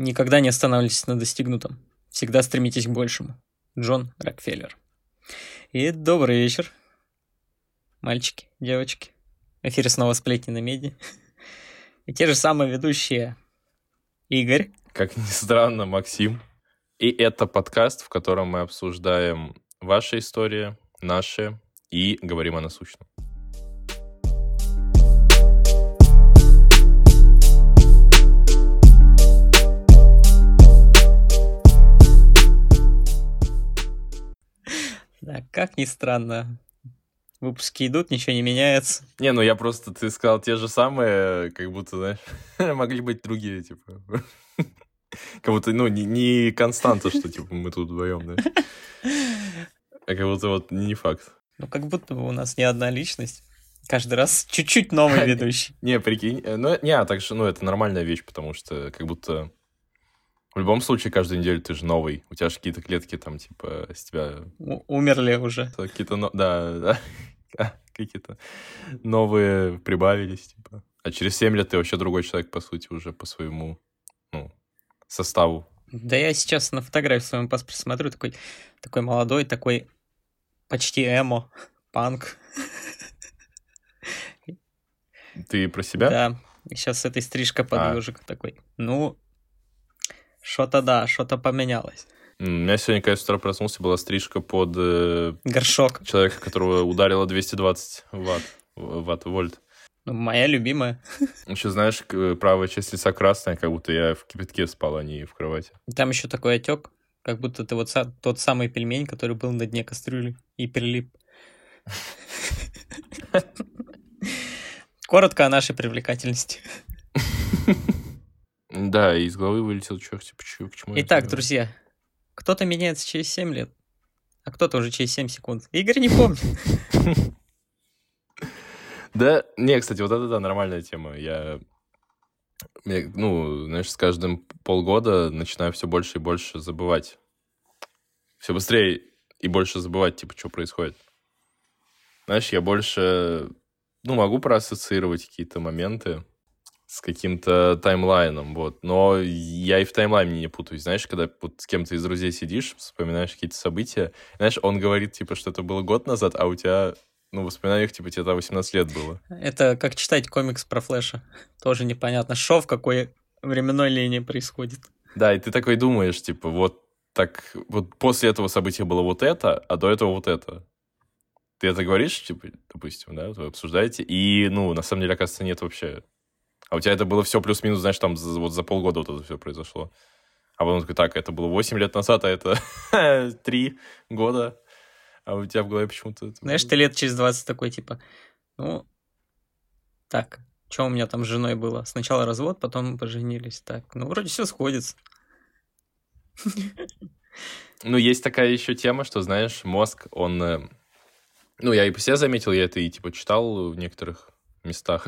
Никогда не останавливайтесь на достигнутом. Всегда стремитесь к большему. Джон Рокфеллер. И добрый вечер, мальчики, девочки. В эфире снова «Сплетни на меди». И те же самые ведущие Игорь. Как ни странно, Максим. И это подкаст, в котором мы обсуждаем ваши истории, наши, и говорим о насущном. Да, как ни странно, выпуски идут, ничего не меняется. Не, ну я просто, ты сказал те же самые, как будто, знаешь, могли быть другие, типа. Как будто, ну, не константа, что, типа, мы тут вдвоем, да. А как будто вот не факт. Ну, как будто бы у нас не одна личность. Каждый раз чуть-чуть новый ведущий. Не, прикинь. Ну, не, так что, ну, это нормальная вещь, потому что как будто в любом случае каждую неделю ты же новый. У тебя же какие-то клетки там, типа, с тебя... Умерли уже. Какие-то, да, какие-то новые прибавились, типа. А через 7 лет ты вообще другой человек, по сути, уже по своему, ну, составу. Да я сейчас на фотографии в своем паспорте смотрю, такой молодой, такой почти эмо, панк. Ты про себя? Да, и сейчас с этой стрижкой под ежик такой. Ну, что-то да, что-то поменялось. У меня сегодня, когда я с утра проснулся, была стрижка под... горшок. Человека, которого ударило 220 вольт. Ну, моя любимая. Еще, знаешь, правая часть лица красная, как будто я в кипятке спал, а не в кровати. Там еще такой отек, как будто ты вот тот самый пельмень, который был на дне кастрюли и прилип. Коротко о нашей привлекательности. Да, из головы вылетел черт, почему. Итак, друзья, кто-то меняется через 7 лет, а кто-то уже через 7 секунд. Игорь не помнит. Да, не, кстати, вот это, да, нормальная тема. Я, ну, знаешь, с каждым полгода начинаю все больше и больше забывать. Все быстрее и больше забывать, типа, что происходит. Знаешь, я больше, ну, могу проассоциировать какие-то моменты с каким-то таймлайном, вот. Но я и в таймлайне не путаюсь. Знаешь, когда вот с кем-то из друзей сидишь, вспоминаешь какие-то события, знаешь, он говорит, типа, что это было год назад, а у тебя... Ну, воспоминаниях, типа, тебе там 18 лет было. Это как читать комикс про Флэша. Тоже непонятно, что в какой временной линии происходит. Да, и ты такой думаешь, типа, вот так... Вот после этого события было вот это, а до этого вот это. Ты это говоришь, типа, допустим, да, вы обсуждаете, и, ну, на самом деле, оказывается, нет вообще. А у тебя это было все плюс-минус, знаешь, там вот за полгода вот это все произошло. А потом такой, так, это было 8 лет назад, а это 3 года. А у тебя в голове почему-то... Знаешь, ты лет через 20 такой, типа, ну, так, что у меня там с женой было? Сначала развод, потом поженились. Так, ну, вроде все сходится. Ну, есть такая еще тема, что, знаешь, мозг, он... Ну, я и по себе заметил, я это и, типа, читал в некоторых местах.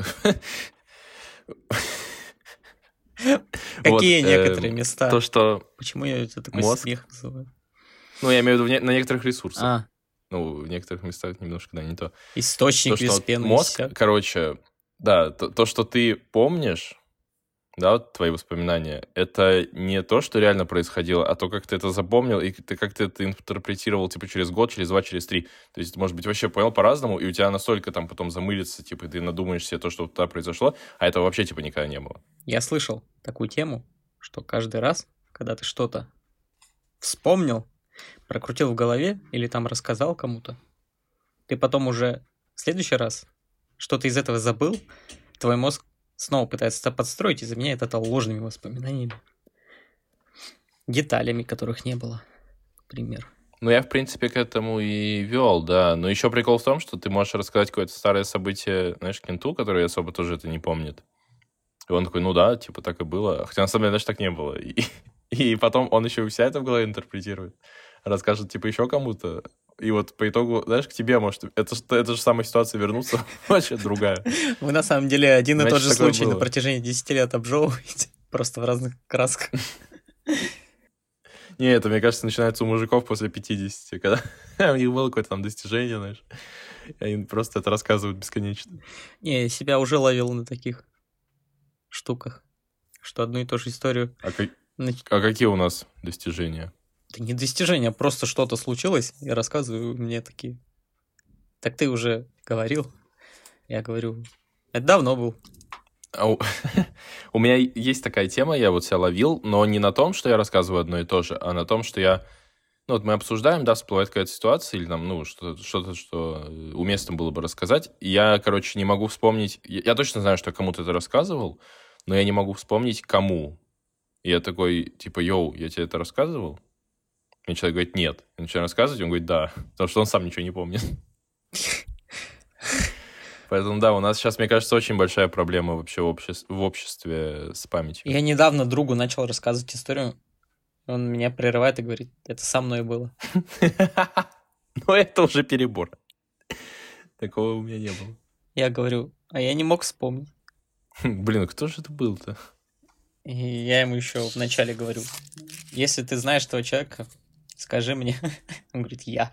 Какие некоторые места? То, что... Почему я это такой смех называю? Ну, я имею в виду на некоторых ресурсах. Ну, в некоторых местах немножко, да, не то. Источник Веспена. Мозг, короче, да, то, что ты помнишь, да, вот твои воспоминания, это не то, что реально происходило, а то, как ты это запомнил, и ты как ты это интерпретировал, типа, через год, через 2, через 3. То есть, может быть, вообще понял по-разному, и у тебя настолько там потом замылится, типа, ты надумаешь себе то, что тогда произошло, а этого вообще, типа, никогда не было. Я слышал такую тему, что каждый раз, когда ты что-то вспомнил, прокрутил в голове или там рассказал кому-то, ты потом уже в следующий раз что-то из этого забыл, твой мозг снова пытается это подстроить и заменяет это ложными воспоминаниями, деталями, которых не было, например. Ну, я, в принципе, к этому и вел, да. Но еще прикол в том, что ты можешь рассказать какое-то старое событие, знаешь, кенту, который особо тоже это не помнит. И он такой, ну да, типа, так и было. Хотя, на самом деле, даже так не было. И потом он еще у себя это в голове интерпретирует. Расскажет, типа, еще кому-то. И вот по итогу, знаешь, к тебе, может, это же самая ситуация вернуться, вообще другая. Вы, на самом деле, один и тот же случай на протяжении 10 лет обжевываете, просто в разных красках. Не, это, мне кажется, начинается у мужиков после 50, когда у них было какое-то там достижение, знаешь. И они просто это рассказывают бесконечно. Не, я себя уже ловил на таких штуках, что одну и ту же историю А какие у нас достижения? Это не достижение, просто что-то случилось, я рассказываю, мне такие. Так ты уже говорил. Я говорю, это давно был. У меня есть такая тема, я вот себя ловил, но не на том, что я рассказываю одно и то же, а на том, что я... Ну, вот мы обсуждаем, да, всплывает какая-то ситуация, или там, ну, что-то, что уместно было бы рассказать. И я, короче, не могу вспомнить... Я точно знаю, что я кому-то это рассказывал, но я не могу вспомнить, кому. И я такой, типа, йоу, я тебе это рассказывал? Мне человек говорит, нет. Я начинаю рассказывать, он говорит, да. Потому что он сам ничего не помнит. Поэтому, да, у нас сейчас, мне кажется, очень большая проблема вообще в обществе с памятью. Я недавно другу начал рассказывать историю. Он меня прерывает и говорит, это со мной было. Но это уже перебор. Такого у меня не было. Я говорю, а я не мог вспомнить. Блин, кто же это был-то? И я ему еще вначале говорю, если ты знаешь этого человека, скажи мне. Он говорит, я.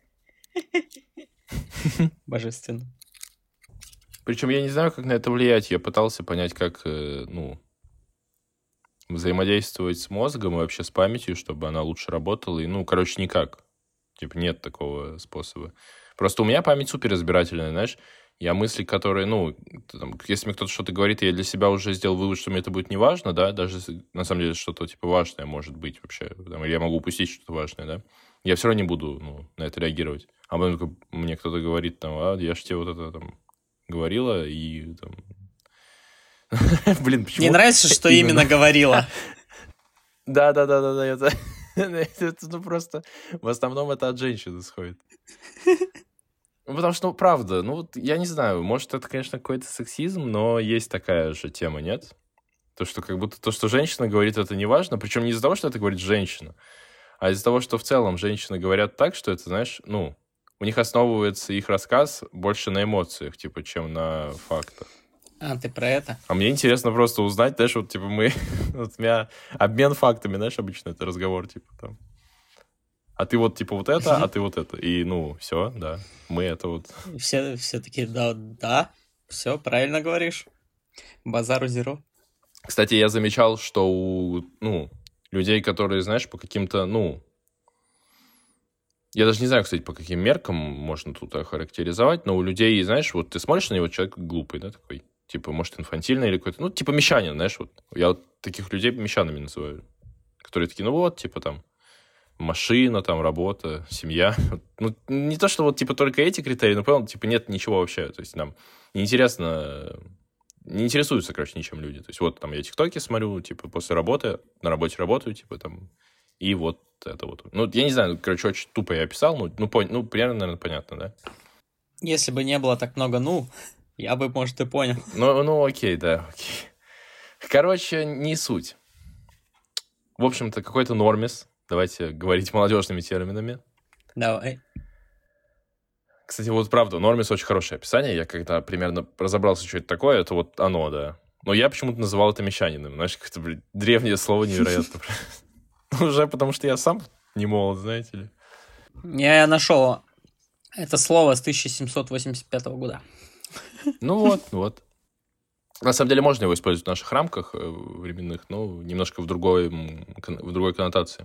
Божественно. Причем я не знаю, как на это влиять. Я пытался понять, как, ну, взаимодействовать с мозгом и вообще с памятью, чтобы она лучше работала. И, ну, короче, никак. Типа, нет такого способа. Просто у меня память супер избирательная, знаешь. Я мысли, которые, ну, там, если мне кто-то что-то говорит, я для себя уже сделал вывод, что мне это будет неважно, да, даже если, на самом деле, что-то, типа, важное может быть вообще. Там, или я могу упустить что-то важное, да. Я все равно не буду, ну, на это реагировать. А потом мне кто-то говорит, там, а, я ж тебе вот это, там, говорила, и там... Блин, почему? Мне нравится, что именно говорила. Да, это ну просто... В основном это от женщин исходит. Ну, потому что, ну, правда, ну, вот я не знаю, может, это, конечно, какой-то сексизм, но есть такая же тема, нет? То, что как будто то, что женщина говорит, это не важно, причем не из-за того, что это говорит женщина, а из-за того, что в целом женщины говорят так, что это, знаешь, ну, у них основывается их рассказ больше на эмоциях, типа, чем на фактах. А, ты про это? А мне интересно просто узнать, знаешь, вот, типа, мы... Вот у меня обмен фактами, знаешь, обычно это разговор, типа, там. А ты вот, типа, вот это, а ты вот это. И, ну, все, да, мы это вот... Все такие, да, все, правильно говоришь. Базару зеро. Кстати, я замечал, что у, ну, людей, которые, знаешь, по каким-то, ну... Я даже не знаю, кстати, по каким меркам можно тут охарактеризовать, но у людей, знаешь, вот ты смотришь на него, человек глупый, да, такой, типа, может, инфантильный или какой-то, ну, типа, мещанин, знаешь, вот. Я вот таких людей мещанами называю, которые такие, ну, вот, типа, там, машина, там, работа, семья. Ну, не то, что вот, типа, только эти критерии, но, понял, типа, нет ничего вообще, то есть нам неинтересно... Не интересуются, короче, ничем люди. То есть вот там я тиктоки смотрю, типа, после работы, на работе работаю, типа, там, и вот это вот. Ну, я не знаю, короче, очень тупо я описал, ну, примерно, наверное, понятно, да? Если бы не было так много «ну», я бы, может, и понял. Ну, окей, да, окей. Короче, не суть. В общем-то, какой-то нормис. Давайте говорить молодежными терминами. Давай. Кстати, вот правда, нормис очень хорошее описание. Я когда примерно разобрался, что это такое, это вот оно, да. Но я почему-то называл это мещанином. Знаешь, какое-то, блин, древнее слово невероятно. Уже потому что я сам не молод, знаете ли. Я нашел это слово с 1785 года. Ну вот. На самом деле можно его использовать в наших рамках временных, но немножко в другой коннотации.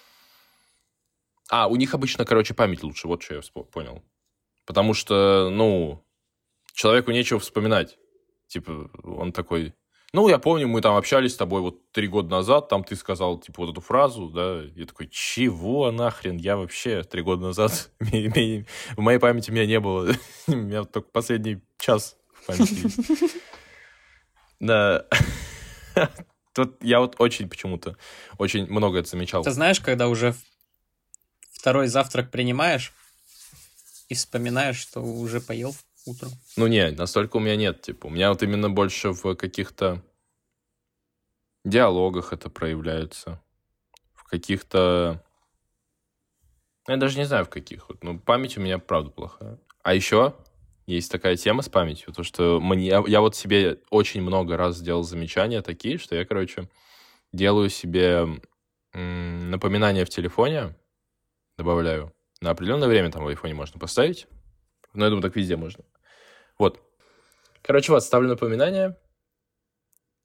У них обычно, короче, память лучше. Вот что я понял. Потому что, ну, человеку нечего вспоминать. Типа, он такой... Ну, я помню, мы там общались с тобой вот 3 года назад, там ты сказал, типа, вот эту фразу, да, я такой, чего нахрен? Я вообще 3 года назад, в моей памяти меня не было, у меня только последний час в памяти есть. Да, тут я вот очень почему-то, очень много это замечал. Ты знаешь, когда уже второй завтрак принимаешь и вспоминаешь, что уже поел утром? Ну, не, настолько у меня нет, типа, у меня вот именно больше в каких-то диалогах это проявляется, в каких-то... Я даже не знаю, в каких. Вот. Ну, память у меня, правда, плохая. А еще есть такая тема с памятью, то, что я вот себе очень много раз сделал замечания такие, что я, короче, делаю себе напоминания в телефоне, добавляю. На определенное время там в айфоне можно поставить. Но я думаю, так везде можно. Вот. Короче, вот, ставлю напоминание.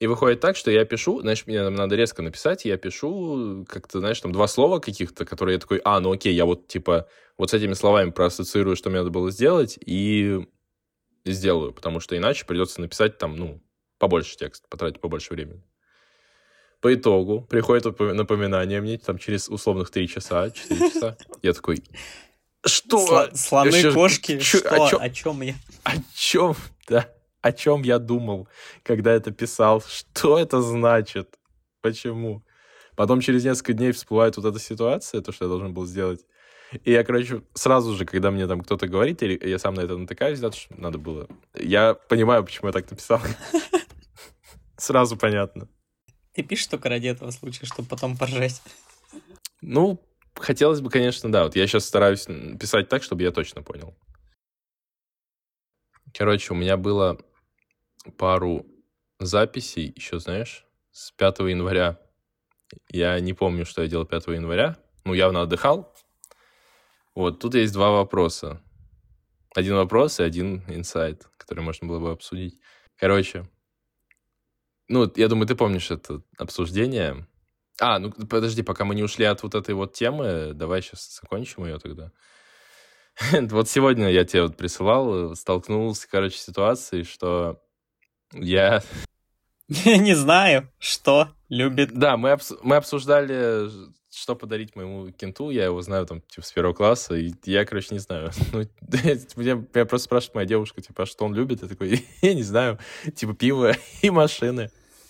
И выходит так, что я пишу, знаешь, мне там надо резко написать, я пишу как-то, знаешь, там 2 слова каких-то, которые я такой, ну окей, я вот типа вот с этими словами проассоциирую, что мне надо было сделать, и сделаю, потому что иначе придется написать там, ну, побольше текста, потратить побольше времени. По итогу приходит напоминание мне там через условных 3 часа, 4 часа. Я такой, что? Слоны, кошки, что? О чем я? О чем? Да. О чем я думал, когда это писал? Что это значит? Почему? Потом через несколько дней всплывает вот эта ситуация, то, что я должен был сделать. И я, короче, сразу же, когда мне там кто-то говорит, или я сам на это натыкаюсь, да, что надо было. Я понимаю, почему я так написал. Сразу понятно. Ты пишешь только ради этого случая, чтобы потом поржать? Ну, хотелось бы, конечно, да. Вот я сейчас стараюсь писать так, чтобы я точно понял. Короче, у меня было пару записей еще, знаешь, с 5 января. Я не помню, что я делал 5 января. Ну, явно отдыхал. Вот, тут есть 2 вопроса. Один вопрос и один инсайт, который можно было бы обсудить. Короче, ну, я думаю, ты помнишь это обсуждение. Ну, подожди, пока мы не ушли от вот этой вот темы, давай сейчас закончим ее тогда. Вот сегодня я тебе вот присылал, столкнулся, короче, с ситуацией, что я не знаю, что любит. Да, мы обсуждали, что подарить моему кенту. Я его знаю там, типа, с 1 класса. И я, короче, не знаю. Ну, меня просто спрашивает моя девушка, типа, что он любит. Я такой, я не знаю. Типа, пиво и машины.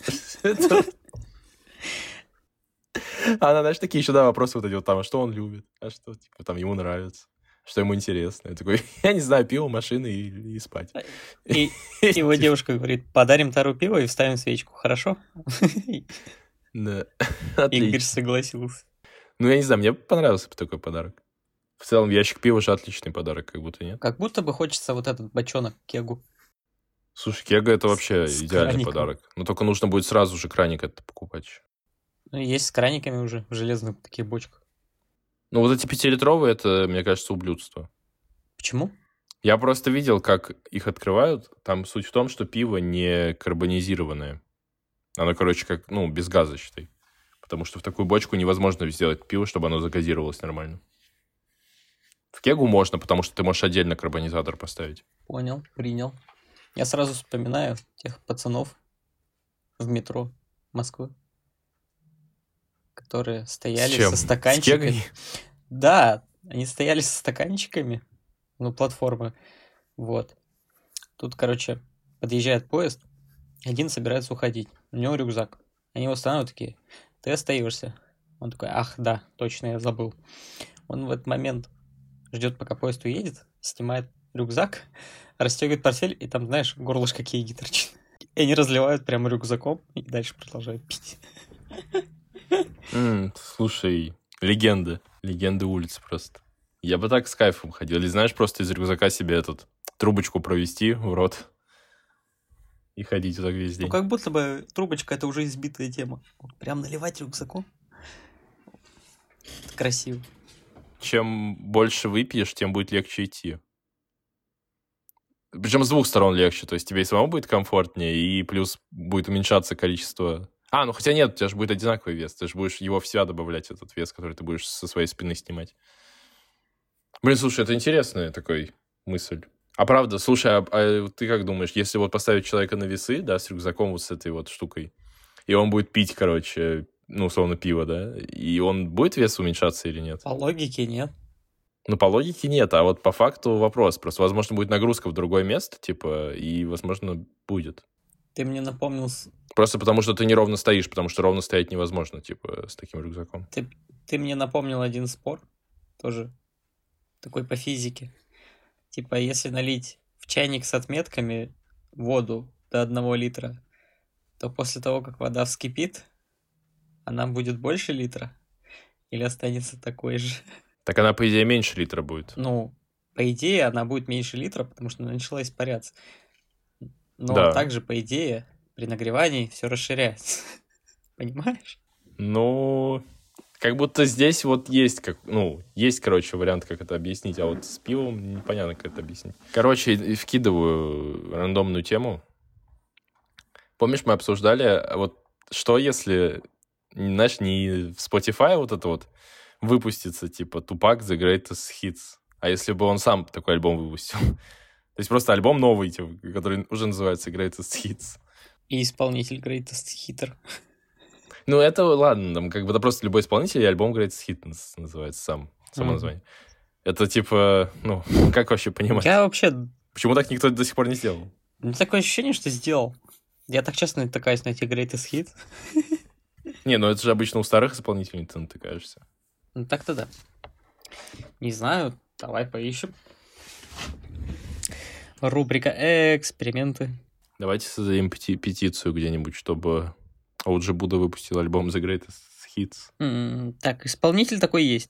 Она, знаешь, такие еще, да, вопросы вот эти вот там, а что он любит? А что, типа, там ему нравится? Что ему интересно? Я такой, я не знаю, пиво, машины и спать. И его девушка говорит, подарим Тару пиво и вставим свечку, хорошо? Да, Игорь согласился. Ну, я не знаю, мне понравился такой подарок. В целом, ящик пива же отличный подарок, как будто нет. Как будто бы хочется вот этот бочонок кегу. Слушай, кега это вообще идеальный подарок. Но только нужно будет сразу же краник это покупать. Ну, есть с краниками уже в железных таких бочках. Ну, вот эти 5-литровые, это, мне кажется, ублюдство. Почему? Я просто видел, как их открывают. Там суть в том, что пиво не карбонизированное. Оно, короче, как, ну, без газа, считай. Потому что в такую бочку невозможно сделать пиво, чтобы оно загазировалось нормально. В кегу можно, потому что ты можешь отдельно карбонизатор поставить. Понял, принял. Я сразу вспоминаю тех пацанов в метро Москвы, которые стояли со стаканчиками. Да, они стояли со стаканчиками, ну, платформы. Вот. Тут, короче, подъезжает поезд, один собирается уходить. У него рюкзак. Они его останавливают такие, ты остаешься. Он такой, ах, да, точно, я забыл. Он в этот момент ждет, пока поезд уедет, снимает рюкзак, расстегивает портфель, и там, знаешь, горлышко кеги торчит. И они разливают прямо рюкзаком, и дальше продолжают пить. Слушай, легенды улиц просто. Я бы так с кайфом ходил. Или, знаешь, просто из рюкзака себе этот трубочку провести в рот и ходить вот так весь день. Ну, как будто бы трубочка — это уже избитая тема. Прям наливать рюкзаком. Это красиво. Чем больше выпьешь, тем будет легче идти. Причем с 2 сторон легче. То есть тебе и самому будет комфортнее, и плюс будет уменьшаться количество... ну хотя нет, у тебя же будет одинаковый вес. Ты же будешь его в себя добавлять, этот вес, который ты будешь со своей спины снимать. Блин, слушай, это интересная такая мысль. А правда, слушай, а ты как думаешь, если вот поставить человека на весы, да, с рюкзаком вот с этой вот штукой, и он будет пить, короче, ну, условно, пиво, да, и он будет вес уменьшаться или нет? По логике нет. Ну, по логике нет, а вот по факту вопрос. Просто, возможно, будет нагрузка в другое место, типа, и, возможно, будет. Ты мне напомнил... Просто потому, что ты неровно стоишь, потому что ровно стоять невозможно, типа, с таким рюкзаком. Ты мне напомнил один спор, тоже такой по физике. Типа, если налить в чайник с отметками воду до 1 литра, то после того, как вода вскипит, она будет больше литра или останется такой же? Так она, по идее, меньше литра будет. Ну, по идее, она будет меньше литра, потому что она начала испаряться. Но да. также, по идее, при нагревании все расширяется. Понимаешь? Ну, как будто здесь вот есть, есть, короче, вариант, как это объяснить, а вот с пивом непонятно, как это объяснить. Короче, вкидываю рандомную тему. Помнишь, мы обсуждали, вот что если, знаешь, не в Spotify вот это вот выпустится, типа, Tupac The Greatest Hits, а если бы он сам такой альбом выпустил? То есть просто альбом новый, типа, который уже называется Greatest Hits. И исполнитель Greatest Hitter. Ну, это ладно, там, как бы это просто любой исполнитель, и альбом Greatest Hits называется само название. Это типа, ну, как вообще понимать? Я вообще... Почему так никто до сих пор не сделал? Такое ощущение, что сделал. Я так часто натыкаюсь на эти Greatest Hits. Не, ну это же обычно у старых исполнителей ты натыкаешься. Ну так-то да. Не знаю, давай поищем. Рубрика «Эксперименты». Давайте создадим петицию где-нибудь, чтобы OG Buddha выпустил альбом The Greatest Hits. Так, исполнитель такой есть.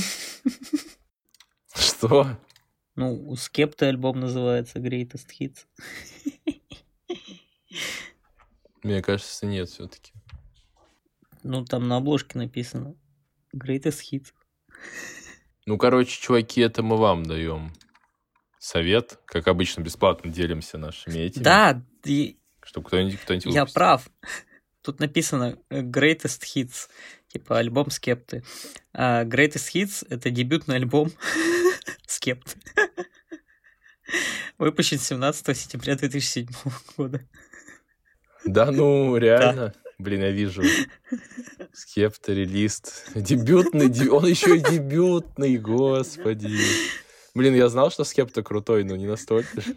Что? Ну, у Скепты альбом называется Greatest Hits. Мне кажется, нет все-таки. Ну, там на обложке написано Greatest Hits. Ну, короче, чуваки, это мы вам даем совет. Как обычно, бесплатно делимся нашими этими. Да, чтобы кто-нибудь выпустил. Я прав. Тут написано Greatest Hits, типа альбом Скепты. А Greatest Hits — это дебютный альбом Скепты. Выпущен 17 сентября 2007 года. Да, ну, реально. Да. Блин, я вижу. Скепта, релист. Дебютный, он еще и дебютный, господи. Блин, я знал, что Скепта крутой, но не настолько же.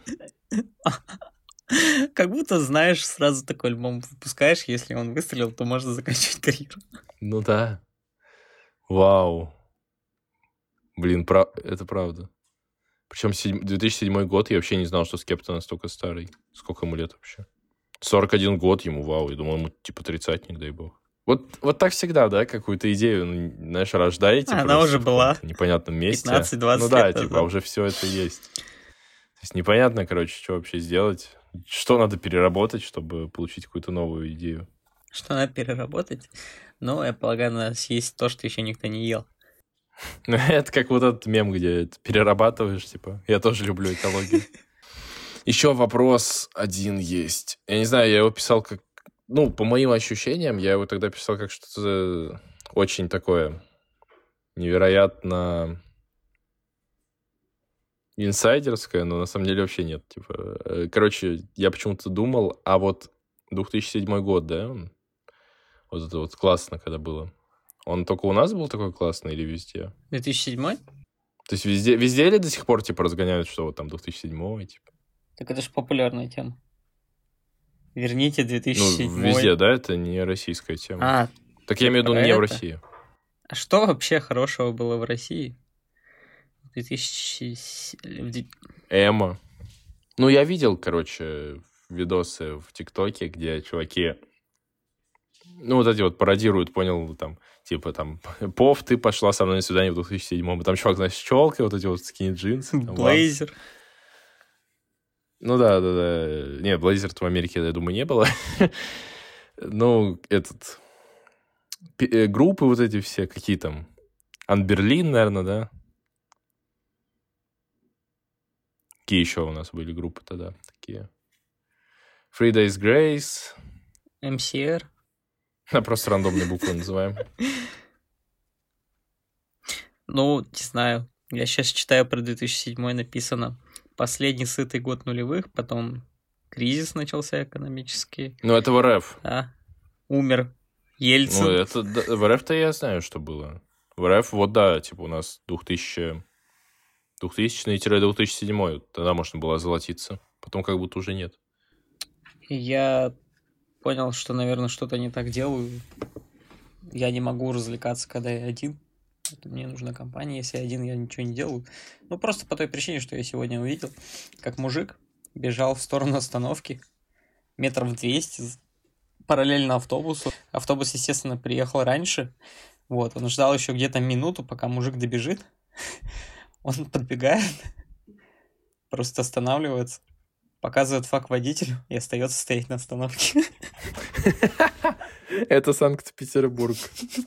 Как будто знаешь, сразу такой альбом выпускаешь, если он выстрелил, то можно заканчивать карьеру. Ну да. Вау. Блин, это правда. Причем 2007 год, я вообще не знал, что Скепта настолько старый. Сколько ему лет вообще? 41 год ему, вау. Я думал, ему типа 30-ник, дай бог. Вот так всегда, да, какую-то идею, знаешь, рождаете. Она уже была. В непонятном месте. 15-20 ну да, лет типа, уже все это есть. То есть непонятно, короче, что вообще сделать. Что надо переработать, чтобы получить какую-то новую идею. Что надо переработать? Ну, я полагаю, надо съесть то, что еще никто не ел. Это как вот этот мем, где перерабатываешь, типа. Я тоже люблю экологию. Еще вопрос один есть. Я не знаю, я его писал как... Ну, по моим ощущениям, я его тогда писал как что-то очень такое невероятно инсайдерское, но на самом деле вообще нет. Типа, короче, я почему-то думал, а вот 2007 год, да? Вот это вот классно, когда было. Он только у нас был такой классный или везде? 2007? То есть везде ли до сих пор, типа, разгоняют, что вот там 2007 типа? Так это же популярная тема. Верните 2007. Ну, везде, да? Это не российская тема. Так я имею в виду не в России. А что вообще хорошего было в России? 2000... Эмо. Ну, я видел, короче, видосы в ТикТоке, где чуваки... Ну, вот эти вот пародируют, понял, там, типа, там, Пов, ты пошла со мной на свидание в 2007-м. И там чувак, знаешь, с челкой, вот эти вот скини-джинсы. Блейзер. Ну, да. Не, блейзер-то в Америке, я думаю, не было. Ну, группы вот эти все, какие там... Анберлин, наверное, да? Какие еще у нас были группы тогда такие? Three Days Grace. MCR. Просто рандомные буквы называем. Ну, не знаю. Я сейчас читаю про 2007 написано. Последний сытый год нулевых, потом кризис начался экономический. Ну, это в РФ. Да. Умер Ельцин. Ну, это в РФ-то я знаю, что было. В РФ, вот да, типа у нас 2000-2007, тогда можно было озолотиться. Потом как будто уже нет. Я понял, что, наверное, что-то не так делаю. Я не могу развлекаться, когда я один. Мне нужна компания. Если один, я ничего не делаю. Ну, просто по той причине, что я сегодня увидел, как мужик бежал в сторону остановки метров 200 параллельно автобусу. Автобус, естественно, приехал раньше. Вот, он ждал еще где-то минуту, пока мужик добежит. Он подбегает, просто останавливается, показывает факт водителю и остается стоять на остановке. Это Санкт-Петербург.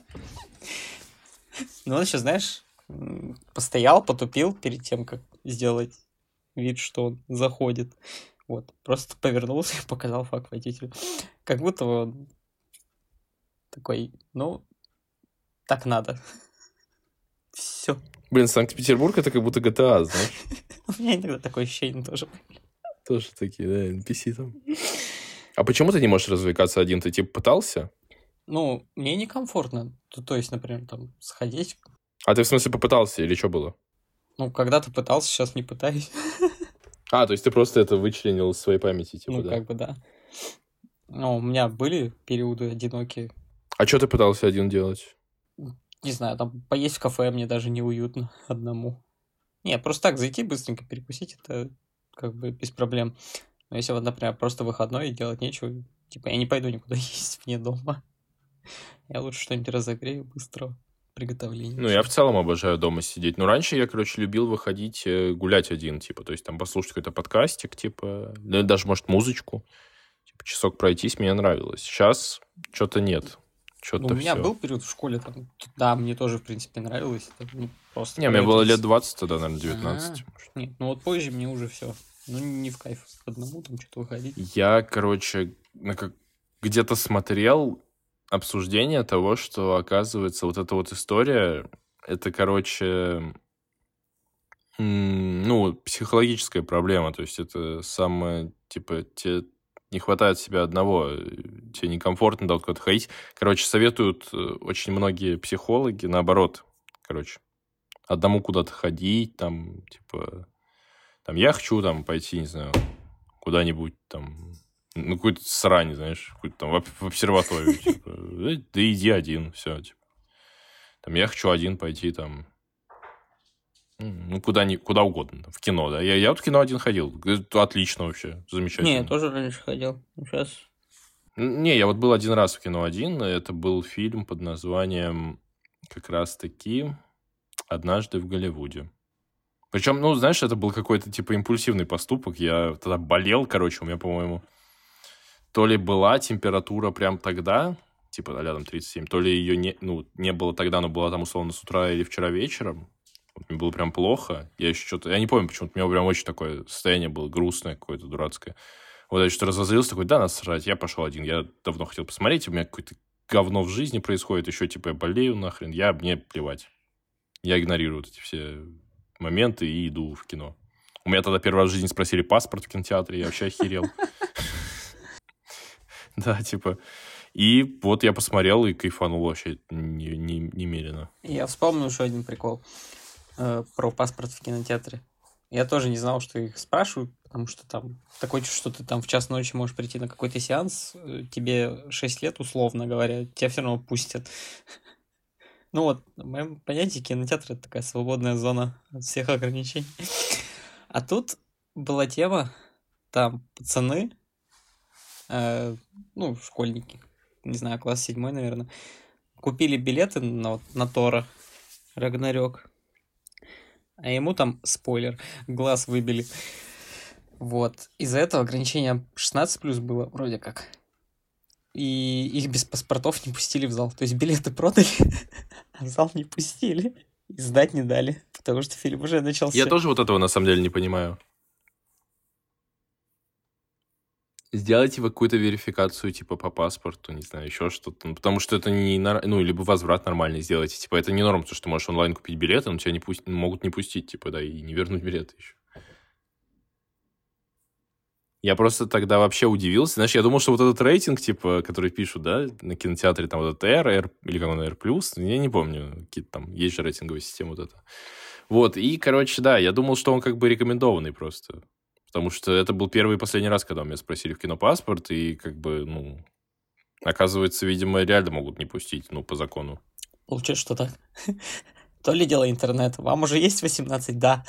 Ну, он еще, знаешь, постоял, потупил перед тем, как сделать вид, что он заходит. Вот, просто повернулся и показал факт водителю. Как будто он такой, ну, так надо. Все. Блин, Санкт-Петербург — это как будто GTA, знаешь? У меня иногда такое ощущение тоже. Тоже такие, да, NPC там. А почему ты не можешь развлекаться один? Ты, типа, пытался? Ну, мне некомфортно. То есть, например, там, сходить. А ты, в смысле, попытался или что было? Ну, когда-то пытался, сейчас не пытаюсь. А, то есть ты просто это вычленил из своей памяти, типа, Ну, да? как бы, да. Ну, у меня были периоды одинокие. А что ты пытался один делать? Не знаю, там, поесть в кафе мне даже неуютно одному. Не, просто так зайти быстренько перекусить, это как бы без проблем. Но если вот, например, просто выходной и делать нечего, типа, я не пойду никуда есть вне дома. Я лучше что-нибудь разогрею быстрого приготовления. Ну, я в целом обожаю дома сидеть. Но раньше я, короче, любил выходить гулять один, типа, то есть там послушать какой-то подкастик, типа, да, даже, может, музычку. Типа, часок пройтись мне нравилось. Сейчас что-то нет. Ну, Что-то у меня все. был период в школе, там, да, мне тоже, в принципе, нравилось. Это, ну, просто Не, мне было лет проветриться. 20 тогда, наверное, 19. может. Нет, ну вот позже мне уже все. Ну, не в кайф одному там что-то выходить. Я, короче, где-то смотрел обсуждение того, что, оказывается, вот эта вот история, это, короче, ну, психологическая проблема. То есть это самое, типа, тебе не хватает себя одного, тебе некомфортно да, куда-то ходить. Короче, советуют очень многие психологи, наоборот, короче, одному куда-то ходить, там, типа, там, я хочу, там, пойти, не знаю, куда-нибудь, там, ну, какую-то срань, знаешь, какую-то там в обсерваторию, типа, да иди один, все, типа. Там, я хочу один пойти, там, ну, куда угодно, в кино, да. Я вот в кино один ходил. Это отлично вообще, Не, я замечательно. тоже раньше ходил. Сейчас. Не, я вот был один раз в кино один. Это был фильм под названием как раз-таки «Однажды в Голливуде». Причем, ну, знаешь, это был какой-то, типа, импульсивный поступок. Я тогда болел, короче, у меня, по-моему, то ли была температура прям тогда, типа, рядом 37, то ли ее не было тогда, но была там, условно, с утра или вчера вечером. Вот мне было прям плохо. Я еще что-то... Я не помню, почему-то у меня прям очень такое состояние было грустное какое-то, дурацкое. Вот я что-то разозлился, такой, да, насрать, я пошел один. Я давно хотел посмотреть, у меня какое-то говно в жизни происходит, еще, типа, я болею нахрен, мне плевать. Я игнорирую вот эти все моменты и иду в кино. У меня тогда первый раз в жизни спросили паспорт в кинотеатре, я вообще охерел. Да, типа... И вот я посмотрел и кайфанул вообще немерено. Я вспомнил еще один прикол про паспорт в кинотеатре. Я тоже не знал, что их спрашивают, потому что там такое чувство, что ты там в час ночи можешь прийти на какой-то сеанс, тебе 6 лет, условно говоря, тебя все равно пустят. Ну вот, в моем понятии кинотеатр — это такая свободная зона от всех ограничений. А тут была тема, там пацаны, ну, школьники, не знаю, класс 7, наверное, купили билеты на Тора Рагнарёк. А ему там, спойлер, глаз выбили. Вот. Из-за этого ограничение 16+ было, вроде как. И их без паспортов не пустили в зал. То есть билеты продали, а в зал не пустили. И сдать не дали, потому что фильм уже начался. Я тоже вот этого на самом деле не понимаю. Сделайте вы какую-то верификацию, типа, по паспорту, не знаю, еще что-то. Ну, потому что это не... Ну, либо возврат нормальный сделайте. Типа, это не норм, потому что ты можешь онлайн купить билеты, но тебя могут не пустить, типа, да, и не вернуть билеты еще. Я просто тогда вообще удивился. Знаешь, я думал, что вот этот рейтинг, типа, который пишут, да, на кинотеатре, там вот этот R, или как он, R+, я не помню, какие-то там, есть же рейтинговая система вот эта. Вот, и, короче, да, я думал, что он как бы рекомендованный просто. Потому что это был первый и последний раз, когда у меня спросили в кино паспорт, и как бы, ну, оказывается, видимо, реально могут не пустить, ну, по закону. Получается, что так. То ли дело интернет. Вам уже есть 18? Да.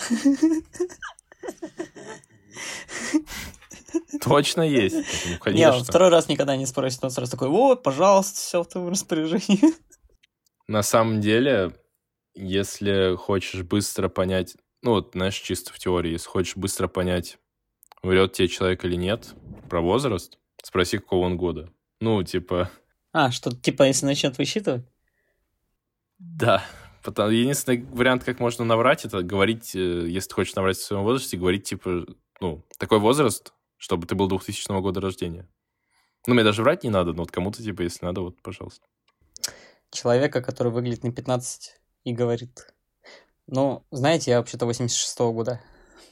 Точно есть. Ну, Не, он конечно. второй раз никогда не спросит, он сразу такой: вот, пожалуйста, все в твоем распоряжении. На самом деле, если хочешь быстро понять, ну, вот, знаешь, чисто в теории, если хочешь быстро понять, врет тебе человек или нет, про возраст, спроси, какого он года. Ну, типа... А, что, типа, если начнет высчитывать? Да. Единственный вариант, как можно наврать, это говорить, если ты хочешь наврать в своем возрасте, говорить, типа, ну, такой возраст, чтобы ты был 2000 года рождения. Ну, мне даже врать не надо, но вот кому-то, типа, если надо, вот, пожалуйста. Человека, который выглядит на 15 и говорит: ну, знаете, я вообще-то 86-го года.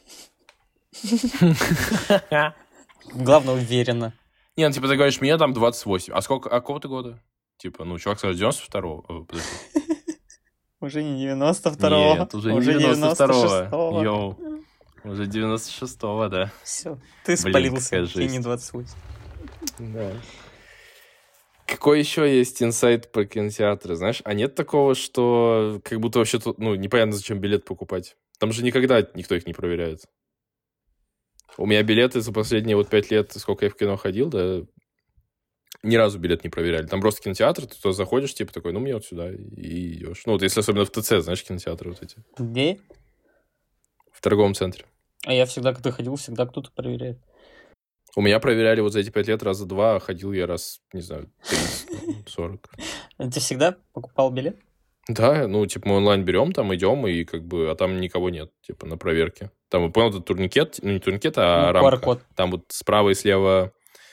Главное, уверенно. Не, ну, типа, ты говоришь, мне там 28. А какого ты года? Типа, ну, чувак скажет 92-го. Подожди. Уже не 92-го. Нет, уже не 92-го. Йоу. Уже 96-го, да. Все, ты спалился, какая тебе не жесть. 28. Да. Какой еще есть инсайт про кинотеатры, знаешь? А нет такого, что как будто вообще тут, ну, непонятно, зачем билет покупать. Там же никогда никто их не проверяет. У меня билеты за последние вот 5 лет, сколько я в кино ходил, да, ни разу билет не проверяли. Там просто кинотеатр, ты туда заходишь, типа такой, ну, мне вот сюда, и идешь. Ну, вот если особенно в ТЦ, знаешь, кинотеатры вот эти. Где? В торговом центре. А я всегда, когда ходил, всегда кто-то проверяет. У меня проверяли вот за эти 5 лет раза 2, а ходил я раз, не знаю, 30, 40. Ты всегда покупал билет? Да, ну, типа, мы онлайн берем, там идем, и как бы, а там никого нет, типа, на проверке. Там, понял, этот турникет, ну, не турникет, а рамка. QR-код. Там вот справа и слева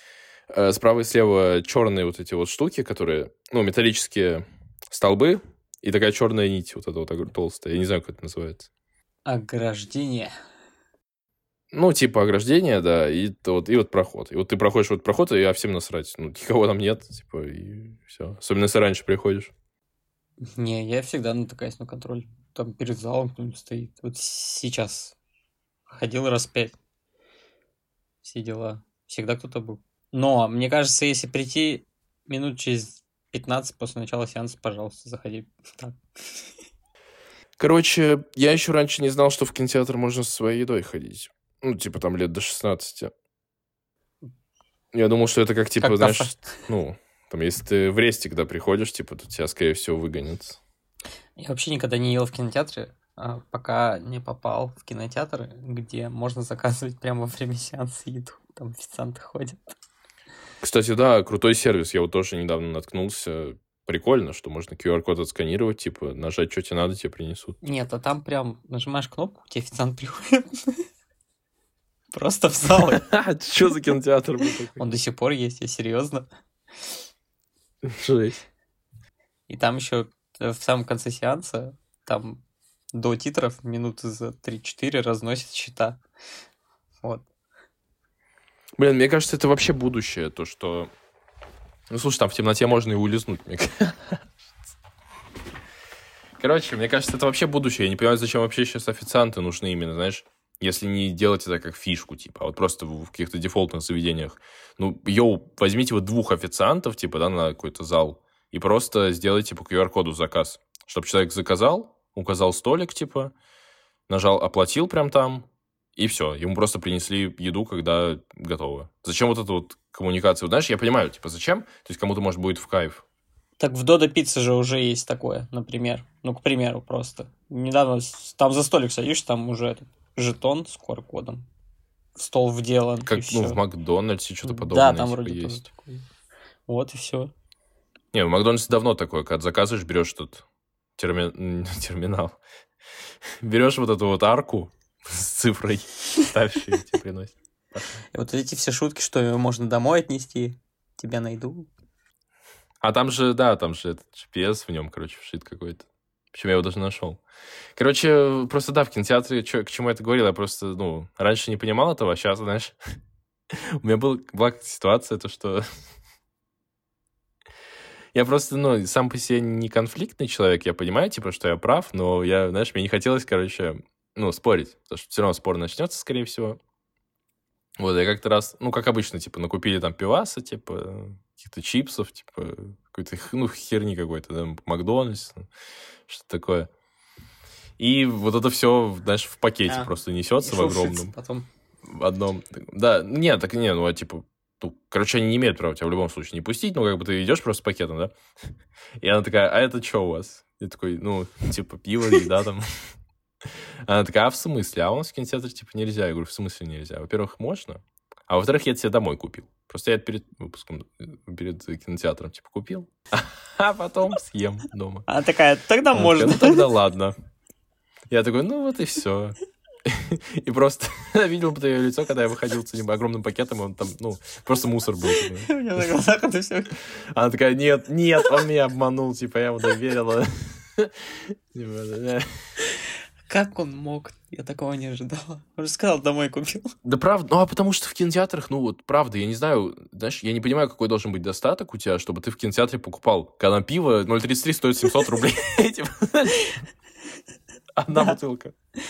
черные вот эти вот штуки, которые, ну, металлические столбы, и такая черная нить, вот эта вот толстая. Я не знаю, как это называется. Ограждение. Ну, типа ограждение, да, и вот проход. И вот ты проходишь вот проход, и всем насрать. Ну, никого там нет, типа, и все. Особенно, если раньше приходишь. Не, я всегда натыкаюсь на контроль. Там перед залом кто-нибудь стоит. Вот сейчас ходил раз 5. Все дела. Всегда кто-то был. Но, мне кажется, если прийти минут через 15 после начала сеанса, пожалуйста, заходи. Так. Короче, я еще раньше не знал, что в кинотеатр можно со своей едой ходить. Ну, типа, там лет до 16. Я думал, что это как, типа, Как знаешь, кафе. ну, там, если ты в ресте, когда приходишь, типа, то тебя, скорее всего, выгонят. Я вообще никогда не ел в кинотеатре, пока не попал в кинотеатр, где можно заказывать прямо во время сеанса еду. Там официанты ходят. Кстати, да, крутой сервис. Я вот тоже недавно наткнулся. Прикольно, что можно QR-код отсканировать, типа, нажать, что тебе надо, тебе принесут. Нет, а там прям нажимаешь кнопку, тебе официант приходит. Просто в зал. Что за кинотеатр был такой? Он до сих пор есть, я серьезно. Жесть. И там еще в самом конце сеанса, там до титров минуты за 3-4 разносят счета. Вот. Блин, мне кажется, это вообще будущее, то, что... Ну, слушай, там в темноте можно и улизнуть, мне кажется. Короче, мне кажется, это вообще будущее. Я не понимаю, зачем вообще сейчас официанты нужны именно, знаешь, если не делать это как фишку, типа, а вот просто в каких-то дефолтных заведениях. Ну, возьмите вот 2 официантов, типа, да, на какой-то зал, и просто сделайте по QR-коду заказ. Чтобы человек заказал, указал столик, типа, нажал, оплатил прям там, и все. Ему просто принесли еду, когда готово. Зачем вот эта вот коммуникация? Вот, знаешь, я понимаю, типа, зачем? То есть кому-то, может, будет в кайф. Так в Додо Пицце же уже есть такое, например. Ну, к примеру, просто. Недавно там за столик садишь, там уже этот жетон с QR-кодом. В стол вделан, Как, и ну, все. в Макдональдсе что-то подобное, Да, там типа, вроде тоже есть. такое. Вот и все. Не, в Макдональдсе давно такое, когда заказываешь, берешь тут терминал. Берешь вот эту вот арку с цифрой, ставишь ее, тебе приносят. И вот эти все шутки, что её можно домой отнести, тебя найду. А там же, да, там же этот GPS в нем, короче, вшит какой-то. Почему я его даже нашел? Короче, просто да, в кинотеатре, к чему я это говорил, я просто, ну, раньше не понимал этого, а сейчас, знаешь, у меня была ситуация, то, что я просто, ну, сам по себе не конфликтный человек, я понимаю, типа, что я прав, но я, знаешь, мне не хотелось, короче, ну, спорить, потому что все равно спор начнется, скорее всего. Вот, я как-то раз, ну, как обычно, типа, накупили там пиваса, типа, каких-то чипсов, типа, какой-то, ну, херни какой-то, да, Макдональдс, что-то такое. И вот это все, знаешь, в пакете просто несется в огромном. Потом. В одном. Да, нет, так не, ну, а типа, ну, короче, они не имеют права тебя в любом случае не пустить, ну, как бы ты идешь просто с пакетом, да? И она такая, а это что у вас? Я такой, ну, типа, пиво, еда там. Она такая, а в смысле? А у нас в кинотеатре, типа, нельзя. Я говорю, в смысле нельзя? Во-первых, можно, а во-вторых, я это себе домой купил. Просто я это перед выпуском, перед кинотеатром, типа, купил, а потом съем дома. Она такая, тогда Она можно. такая, ну, тогда ладно. Я такой, ну, вот и все. И просто видел бы ее лицо, когда я выходил с этим огромным пакетом, и он там, ну, просто мусор был. У меня на глазах это все. Она такая, нет, он меня обманул, типа, я ему доверила. Как он мог? Я такого не ожидала. Он же сказал, домой купил. Да правда, ну а потому что в кинотеатрах, ну вот правда, я не знаю, знаешь, я не понимаю, какой должен быть достаток у тебя, чтобы ты в кинотеатре покупал. Когда пиво 0,33 стоит 700 рублей. Одна бутылка.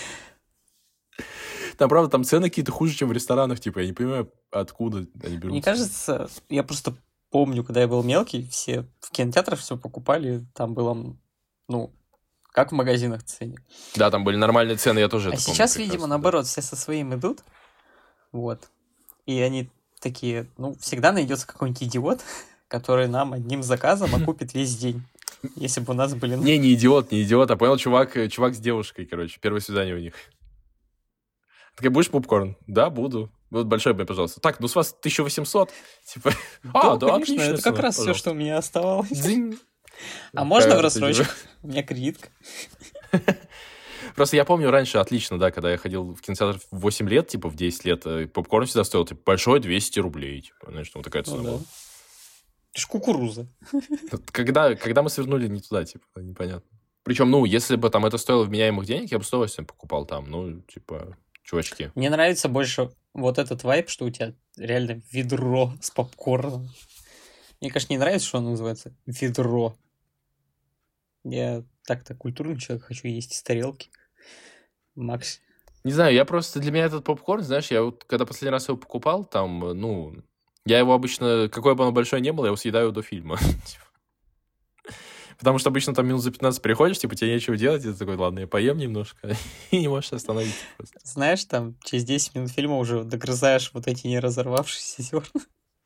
Там, правда, там цены какие-то хуже, чем в ресторанах, типа, я не понимаю, откуда они берутся. Мне кажется, я просто помню, когда я был мелкий, все в кинотеатрах все покупали, там было, ну, как в магазинах цене. Да, там были нормальные цены, я тоже это помню. А сейчас, видимо, наоборот, все со своим идут, вот, и они такие, ну, всегда найдется какой-нибудь идиот, который нам одним заказом окупит весь день. Если бы у нас были... Не идиот, а понял, чувак с девушкой, короче, первое свидание у них. Такая, будешь попкорн? Да, буду. Вот большой мне, пожалуйста. Так, ну с вас 1800. Типа, да, конечно, отлично. Это как раз все, что у меня оставалось. А можно в рассрочку? У меня кредитка. Просто я помню раньше отлично, да, когда я ходил в кинотеатр в 8 лет, типа в 10 лет, попкорн всегда стоил, типа, большой 200 рублей. Типа, знаешь, там такая цена была. Это ж кукуруза. Когда мы свернули не туда, типа, непонятно. Причем, ну, если бы там это стоило вменяемых денег, я бы с удовольствием покупал там, ну, типа, чувачки. Мне нравится больше вот этот вайб, что у тебя реально ведро с попкорном. Мне, конечно, не нравится, что оно называется ведро. Я так-то культурный человек, хочу есть из тарелки. Макс. Не знаю, я просто... Для меня этот попкорн, знаешь, я вот когда последний раз его покупал, там, ну... Я его обычно, какое бы оно большое не было, я его съедаю до фильма. Потому что обычно там минут за 15 приходишь, типа, тебе нечего делать, и ты такой, ладно, я поем немножко, и не можешь остановиться просто. Знаешь, там, через 10 минут фильма уже догрызаешь вот эти не разорвавшиеся зерна.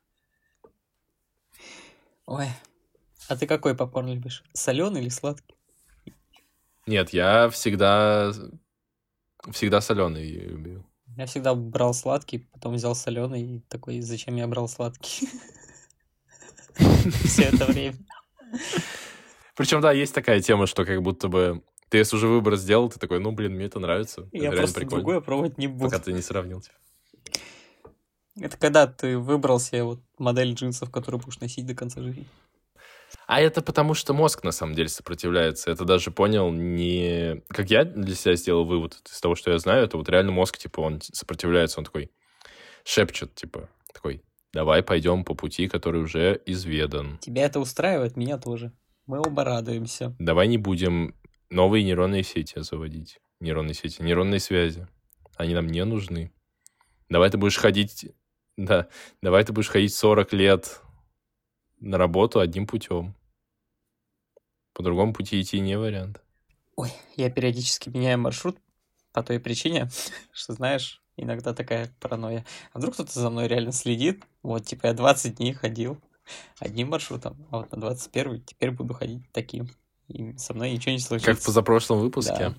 Ой. А ты какой попкорн любишь? Соленый или сладкий? Нет, я всегда соленый любил. Я всегда брал сладкий, потом взял соленый и такой, зачем я брал сладкий? Все это время. Причем, да, есть такая тема, что как будто бы ты если уже выбор сделал, ты такой, ну, блин, мне это нравится. Я просто другое пробовать не буду. Пока ты не сравнил. Это когда ты выбрал себе вот модель джинсов, которую будешь носить до конца жизни. А это потому, что мозг на самом деле сопротивляется. Это даже понял не... Как я для себя сделал вывод из того, что я знаю, это вот реально мозг, типа, он сопротивляется, он такой шепчет, типа, такой, давай пойдем по пути, который уже изведан. Тебя это устраивает? Меня тоже. Мы оба радуемся. Давай не будем новые нейронные сети заводить. Нейронные связи. Они нам не нужны. Давай ты будешь ходить... Да, давай ты будешь ходить 40 лет на работу одним путем. По другому пути идти не вариант. Ой, я периодически меняю маршрут по той причине, что, знаешь, иногда такая паранойя. А вдруг кто-то за мной реально следит? Вот, типа, я 20 дней ходил одним маршрутом, а вот на 21-й теперь буду ходить таким. И со мной ничего не случится. Как в позапрошлом выпуске? Да.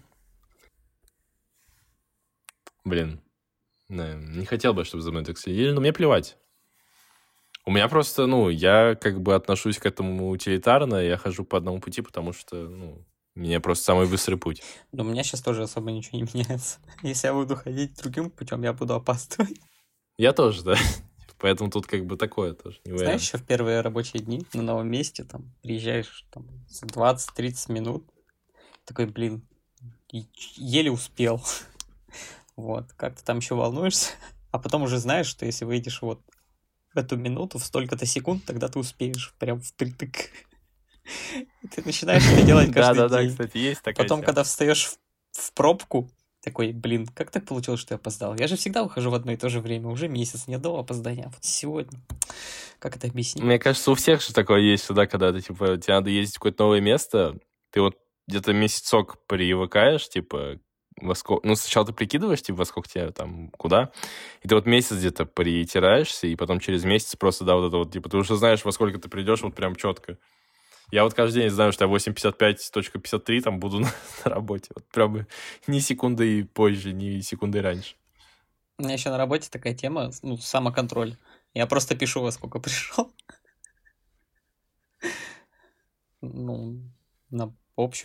Блин, не хотел бы, чтобы за мной так следили, но мне плевать. У меня просто, ну, я как бы отношусь к этому утилитарно, я хожу по одному пути, потому что, ну, мне просто самый быстрый путь. Но у меня сейчас тоже особо ничего не меняется. Если я буду ходить другим путем, я буду опаздывать. Я тоже, да. Поэтому тут как бы такое тоже. Не знаешь, еще в первые рабочие дни на новом месте, там, приезжаешь там, за 20-30 минут, такой, блин, еле успел. Вот, как ты там еще волнуешься, а потом уже знаешь, что если выйдешь вот в эту минуту, в столько-то секунд, тогда ты успеешь прям впритык. Ты начинаешь это делать каждый день. Да, кстати, есть такая Потом, тема. когда встаешь в пробку, такой, блин, как так получилось, что я опоздал? Я же всегда выхожу в одно и то же время, уже месяц, ни одного опоздания, а вот сегодня. Как это объяснить? Мне кажется, у всех же такое есть сюда, когда ты, типа, тебе надо ездить в какое-то новое место, ты вот где-то месяцок привыкаешь, типа, во сколько... Ну, сначала ты прикидываешь, типа, во сколько тебе там, куда, и ты вот месяц где-то притираешься, и потом через месяц просто, да, вот это вот, типа, ты уже знаешь, во сколько ты придешь, вот прям четко. Я вот каждый день знаю, что я 8:55.53 там буду на работе. Вот прям ни секунды позже, ни секунды раньше. У меня еще на работе такая тема, ну, самоконтроль. Я просто пишу, во сколько пришел. Ну, на общую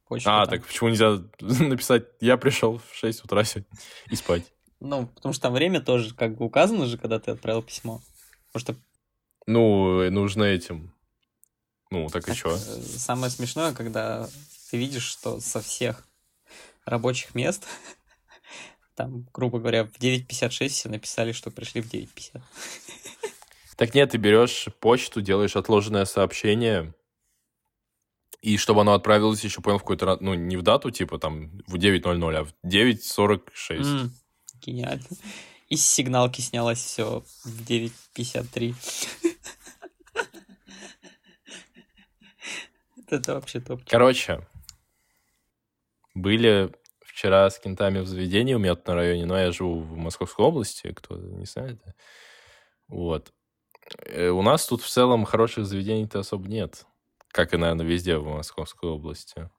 почту А, там. так почему нельзя написать, я пришел в 6 утра сегодня и спать? Ну, потому что там время тоже как бы указано же, когда ты отправил письмо. Потому что Ну, нужно этим. Ну, так и чё? самое смешное, когда ты видишь, что со всех рабочих мест, там, грубо говоря, в 9:56 все написали, что пришли в 9:50. Так нет, ты берешь почту, делаешь отложенное сообщение, и чтобы оно отправилось еще, понял, в какой-то, ну, не в дату, типа, там, в 9:00, а в 9:46. Гениально. И с сигналки снялось все в 9:53. Это вообще топ. Короче, были вчера с кентами в заведении у меня тут на районе, но я живу в Московской области, кто не знает. Вот. У нас тут в целом хороших заведений-то особо нет. Как и, наверное, везде в Московской области.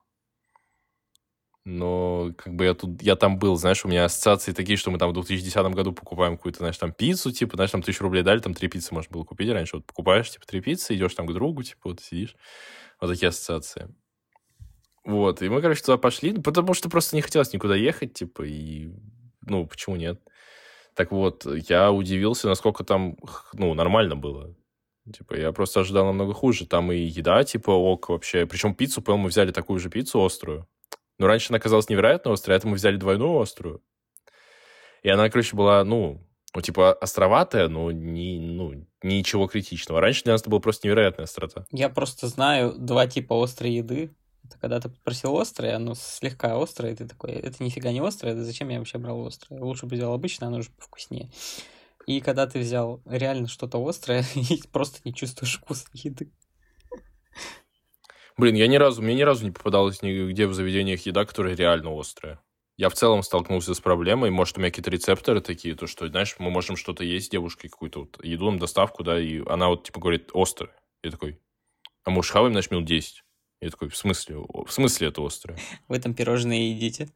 Но как бы я там был, знаешь, у меня ассоциации такие, что мы там в 2010 году покупаем какую-то, знаешь, там пиццу, типа, знаешь, там 1000 рублей дали, там 3 пиццы можно было купить раньше. Вот покупаешь, типа, 3 пиццы, идешь там к другу, типа, вот сидишь. Вот такие ассоциации. Вот, и мы, короче, туда пошли, потому что просто не хотелось никуда ехать, типа, и, ну, почему нет? Так вот, я удивился, насколько там, ну, нормально было. Типа, я просто ожидал намного хуже. Там и еда, типа, ок вообще. Причем пиццу, по-моему, мы взяли такую же пиццу острую. Но раньше она казалась невероятно острой, а это мы взяли двойную острую. И она, короче, была, ну, типа, островатая, но ничего критичного. Раньше для нас это была просто невероятная острота. Я просто знаю два типа острой еды. Это когда ты попросил острое, оно слегка острое, и ты такой, это нифига не острое, да зачем я вообще брал острое? Лучше бы взял обычное, оно же повкуснее. И когда ты взял реально что-то острое, и просто не чувствуешь вкуса еды. Блин, мне ни разу не попадалось нигде в заведениях еда, которая реально острая. Я в целом столкнулся с проблемой. Может, у меня какие-то рецепторы такие, то что, знаешь, мы можем что-то есть с девушкой, какую-то вот еду на доставку, да, и она вот, типа, говорит, острое. Я такой, а может, хаваем, знаешь, минут 10? Я такой, в смысле это острое? В этом пирожные едите.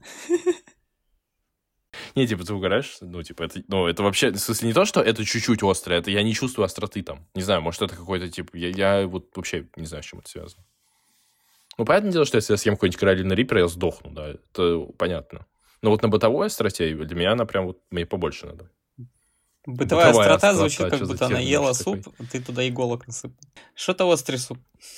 Не, типа, ты угораешь? Ну, типа, это вообще, в смысле, не то, что это чуть-чуть острое, это я не чувствую остроты там. Не знаю, может, это какой-то, типа, я вот вообще не знаю, с чем это связано. Ну, понятное дело, что если я съем какой-нибудь Каролина Риппер, я сдохну, да, это понятно. Но вот на бытовой остроте для меня она прям вот, мне побольше надо. Бытовая острота острота, звучит, как что за будто она термин ела вообще суп, такой? ты туда иголок насыпал. Что-то острый суп.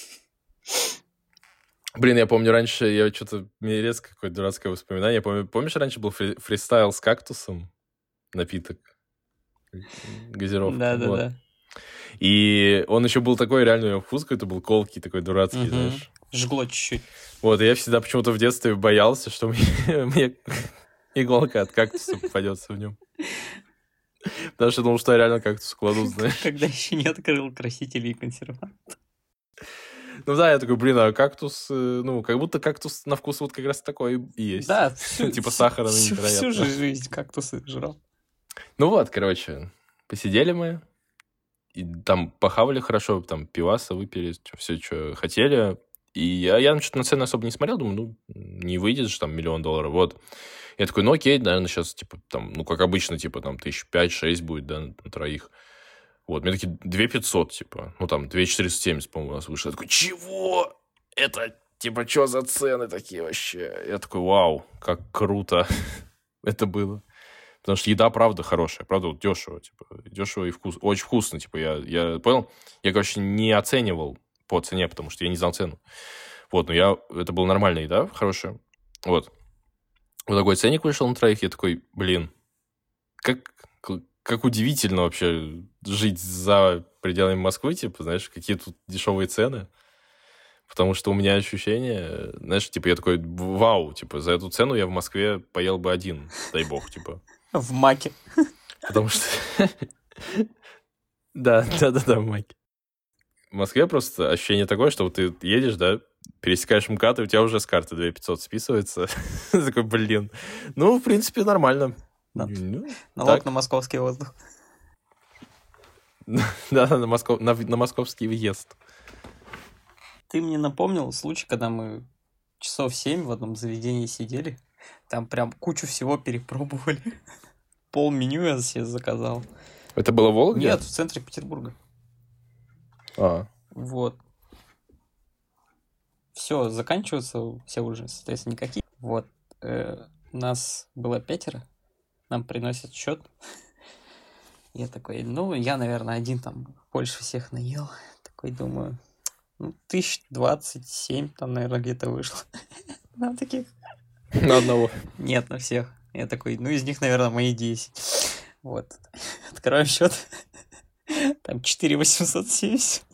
Блин, я помню раньше, я что-то, мне резко какое-то дурацкое воспоминание. Помнишь, раньше был фристайл с кактусом? Напиток. Газировка. Вот. Да-да-да. И он еще был такой, реально, у него вкус какой-то был колкий, такой дурацкий, знаешь. Жгло чуть-чуть. Вот, и я всегда почему-то в детстве боялся, что мне иголка от кактуса попадется в нем. Потому что думал, что я реально кактус кладу, знаешь. Когда еще не открыл красители и консервант. Ну да, я такой, блин, а кактус, ну, как будто кактус на вкус вот как раз такой и есть. Да, типа сахара всю невероятно. жизнь кактусы жрал. Ну вот, короче, посидели мы, и там похавали хорошо, там пиваса выпили, все, что хотели. И я что-то на цены особо не смотрел, думаю, ну, не выйдет же там $1 000 000, вот. Я такой, ну окей, наверное, сейчас, типа, там, ну, как обычно, типа, там, 5-6 будет, да, на троих. Вот, мне такие 2500, типа, ну, там, 2470, по-моему, у нас вышло. Я такой, чего? Это, типа, что за цены такие вообще? Я такой, вау, как круто это было. Потому что еда, правда, хорошая, правда, вот дешево, типа, дешево и вкус, очень вкусно, типа, я понял, я, короче, не оценивал по цене, потому что я не знал цену. Вот, но это была нормальная еда, хорошая, вот. Вот такой ценник вышел на троих, я такой, блин, как удивительно вообще жить за пределами Москвы, типа, знаешь, какие тут дешевые цены. Потому что у меня ощущение, знаешь, типа, я такой, вау, типа, за эту цену я в Москве поел бы один, дай бог, типа. В маке. Потому что... Да, в маке. В Москве просто ощущение такое, что вот ты едешь, да, пересекаешь МКАД, и у тебя уже с карты 2500 списывается. Такой, блин. Ну, в принципе, нормально. Налог на московский воздух. Да, на московский въезд. Ты мне напомнил случай, когда мы часов 7 в одном заведении сидели. Там прям кучу всего перепробовали. Пол меню я себе заказал. Это было в Вологде? Нет, в центре Петербурга. Вот. все заканчиваться, все уже, соответственно, никакие. Вот. Нас было 5, нам приносят счет. Я такой, я, наверное, один там больше всех наел. Такой думаю, 1027 там, наверное, где-то вышло. На таких. На одного. Нет, на всех. Я такой, из них, наверное, мои 10. Вот. Открываем счет. Там 4870.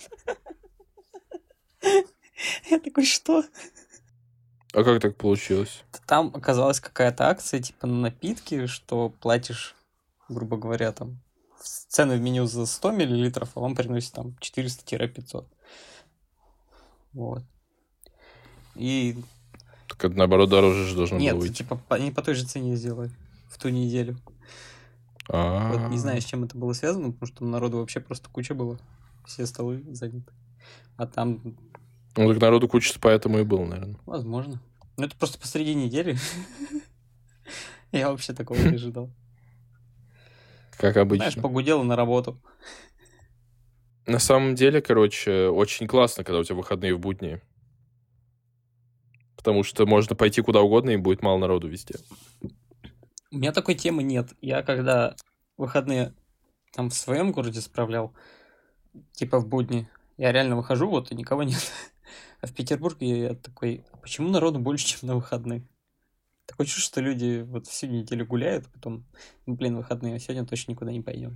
Я такой, что? А как так получилось? Там оказалась какая-то акция, типа на напитки, что платишь, грубо говоря, там цены в меню за 100 миллилитров, а вам приносит там 400-500. Вот. И... Так это, наоборот, дороже же должно Нет, было выйти. типа они по той же цене сделали в ту неделю. Вот не знаю, с чем это было связано, потому что народу вообще просто куча было. Все столы заняты. А там... Ну, так народу куча, поэтому и было, наверное. Возможно. Ну, это просто посреди недели. Я вообще такого не ожидал. Как обычно. Знаешь, погудела на работу. На самом деле, короче, очень классно, когда у тебя выходные в будни. Потому что можно пойти куда угодно, и будет мало народу везде. У меня такой темы нет. Я когда выходные там в своем городе справлял, типа в будни, я реально выхожу, вот, и никого нет. А в Петербурге я такой, почему народу больше, чем на выходных? Такое чувство, что люди вот всю неделю гуляют, потом, выходные, а сегодня точно никуда не пойдем.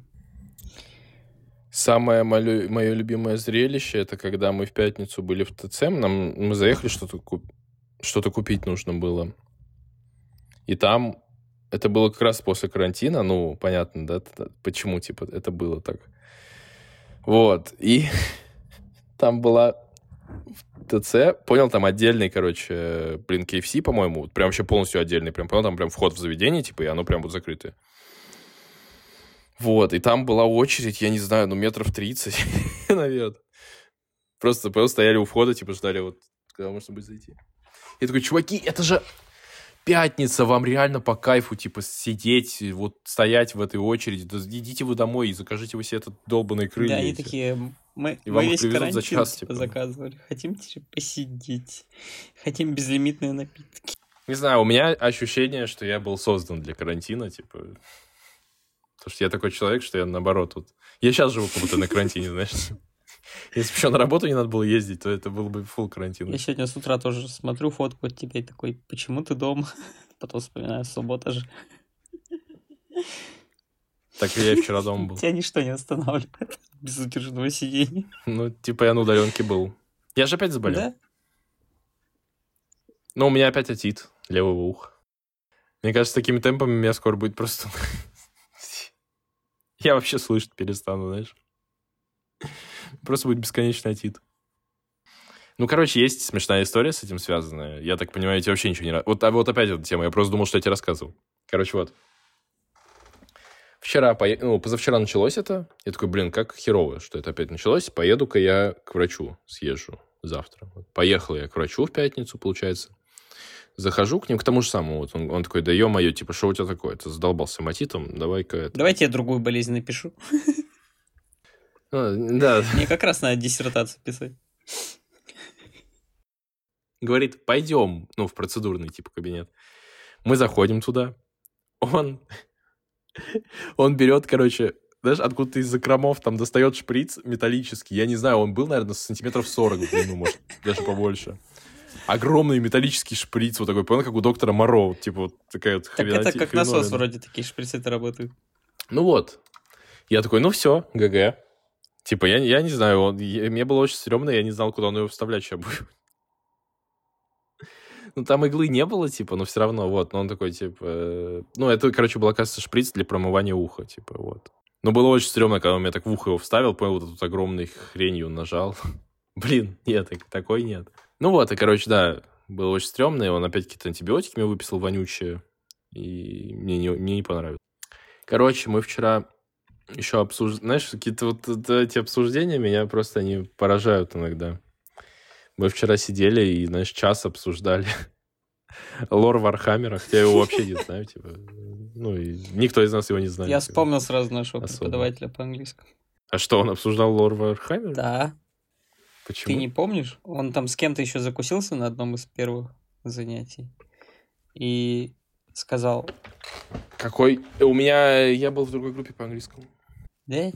Самое мое любимое зрелище, это когда мы в пятницу были в ТЦ, мы заехали, что-то купить нужно было. И там, это было как раз после карантина, понятно, да, почему, типа, это было так. Вот, и там была в ТЦ, понял, там отдельный, короче, KFC, по-моему, прям вообще полностью отдельный, прям, понял, там прям вход в заведение, типа, и оно прям вот закрытое. Вот, и там была очередь, я не знаю, метров 30, наверное. Просто стояли у входа, типа, ждали, вот, когда можно будет зайти. Я такой, чуваки, это же пятница, вам реально по кайфу, типа, сидеть, вот, стоять в этой очереди. Да идите вы домой и закажите вы себе этот долбанный крылья. Да, они такие, мы весь карантин типа, заказывали. Хотим, типа, посидеть. Хотим безлимитные напитки. Не знаю, у меня ощущение, что я был создан для карантина, типа... Потому что я такой человек, что я наоборот вот... Я сейчас живу как будто на карантине, знаешь. Если бы еще на работу не надо было ездить, то это был бы фулл карантин. Я сегодня с утра тоже смотрю фотку от тебя и такой, почему ты дома? Потом вспоминаю, суббота же. Так я и вчера дома был. Тебя ничто не останавливает. Безудержного сидения. Я на удаленке был. Я же опять заболел. Да? У меня опять отит левого уха. Мне кажется, такими темпами меня скоро будет просто... Я вообще слышать перестану, знаешь. Просто будет бесконечный отит. Есть смешная история с этим связанная. Я так понимаю, я тебе вообще ничего не... Вот опять эта тема. Я просто думал, что я тебе рассказывал. Вот. Позавчера началось это. Я такой, как херово, что это опять началось. Поеду-ка я к врачу, съезжу завтра. Поехал я к врачу в пятницу, получается. Захожу к ним, к тому же самому. Вот он такой, да ё-моё, типа, что у тебя такое? Ты задолбался матитом, давай-ка это... Давайте я другую болезнь напишу. Да. Мне как раз надо диссертацию писать. Говорит, пойдем, в процедурный, типа, кабинет. Мы заходим туда. Он берет, знаешь, откуда-то из закромов там достает шприц металлический. Я не знаю, он был, наверное, сантиметров 40 в длину, может, даже побольше. Огромный металлический шприц, вот такой, понял, как у доктора Моро, типа вот такая вот хренотень. Так это как насос вроде, такие шприцы-то работают. Я такой, все, ГГ. Типа, я не знаю, мне было очень стрёмно, я не знал, куда он его вставлять сейчас будет. Там иглы не было, типа, но все равно, вот. Но он такой, типа... это, была, кажется, шприц для промывания уха, типа, вот. Но было очень стрёмно, когда он меня так в ухо его вставил, понял, вот эту огромной хренью нажал. Блин, нет, такой нет. Да, было очень стрёмно, и он опять какие-то антибиотики мне выписал вонючие, и мне не понравилось. Мы вчера еще обсуждали... Знаешь, какие-то вот эти обсуждения меня просто, они поражают иногда. Мы вчера сидели и, знаешь, час обсуждали лор Вархаммера, хотя я его вообще не знаю, типа... и никто из нас его не знает. Я вспомнил сразу нашего преподавателя по английскому. А что, он обсуждал лор Вархаммера? Да. Ты Почему? не помнишь? Он там с кем-то еще закусился на одном из первых занятий и сказал, Какой? У меня... Я был в другой группе по английскому. да?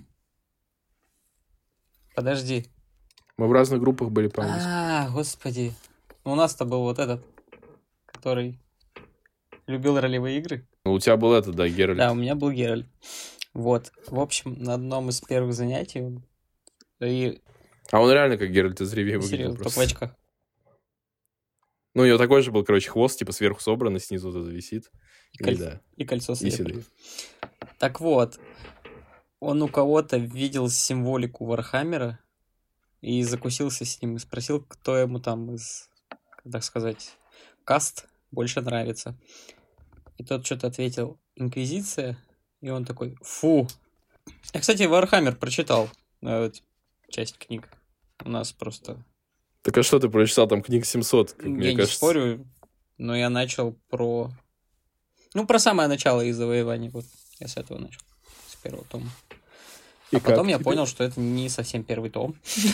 Подожди. Мы в разных группах были по английскому. Господи. У нас-то был вот этот, который любил ролевые игры. Ну, у тебя был этот, да, Геральт. Да, у меня был Геральт. Вот. В общем, на одном из первых занятий он... И А он реально как Геральт из Ривии выглядел серьезно, только в просто. очках. Ну, у него такой же был, короче, хвост, типа, сверху собран, и снизу вот это висит. И, да. и кольцо И света. седые. Так вот, он у кого-то видел символику Вархаммера и закусился с ним и спросил, кто ему там из, так сказать, каст больше нравится. И тот что-то ответил «Инквизиция», и он такой «Фу». Я, кстати, Вархаммер прочитал часть книг. У нас просто... Так а что ты прочитал? Там книг 700, как Я мне не кажется. спорю, но я начал про... Ну, про самое начало их завоеваний. Вот я с этого начал, с первого тома. И А потом как я тебе? понял, что это не совсем первый том.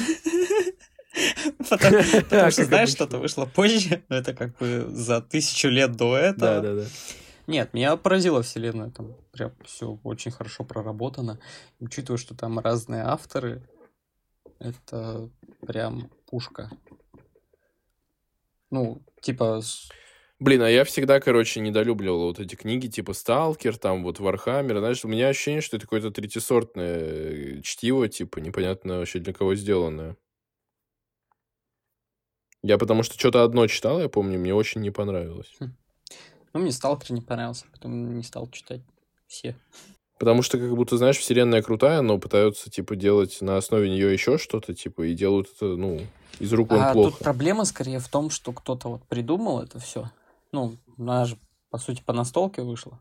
Потому что, знаешь, что-то вышло позже, но это как бы за 1000 лет до этого. Да. Нет, меня поразила вселенная, там прям все очень хорошо проработано. Учитывая, что там разные авторы, это прям пушка. Ну, типа... Блин, а я всегда, короче, недолюбливал вот эти книги, типа «Сталкер», там вот «Вархаммер». Знаешь, у меня ощущение, что это какое-то третьесортное чтиво, типа, непонятно вообще для кого сделанное. Я потому что что-то одно читал, я помню, мне очень не понравилось. Ну, мне «Сталкер» не понравился, поэтому не стал читать все. Потому что, как будто, знаешь, вселенная крутая, но пытаются, типа, делать на основе нее еще что-то, типа, и делают это, ну, из рук вон плохо. Тут проблема скорее в том, что кто-то вот придумал это все. Ну, она же, по сути, по настолке вышла.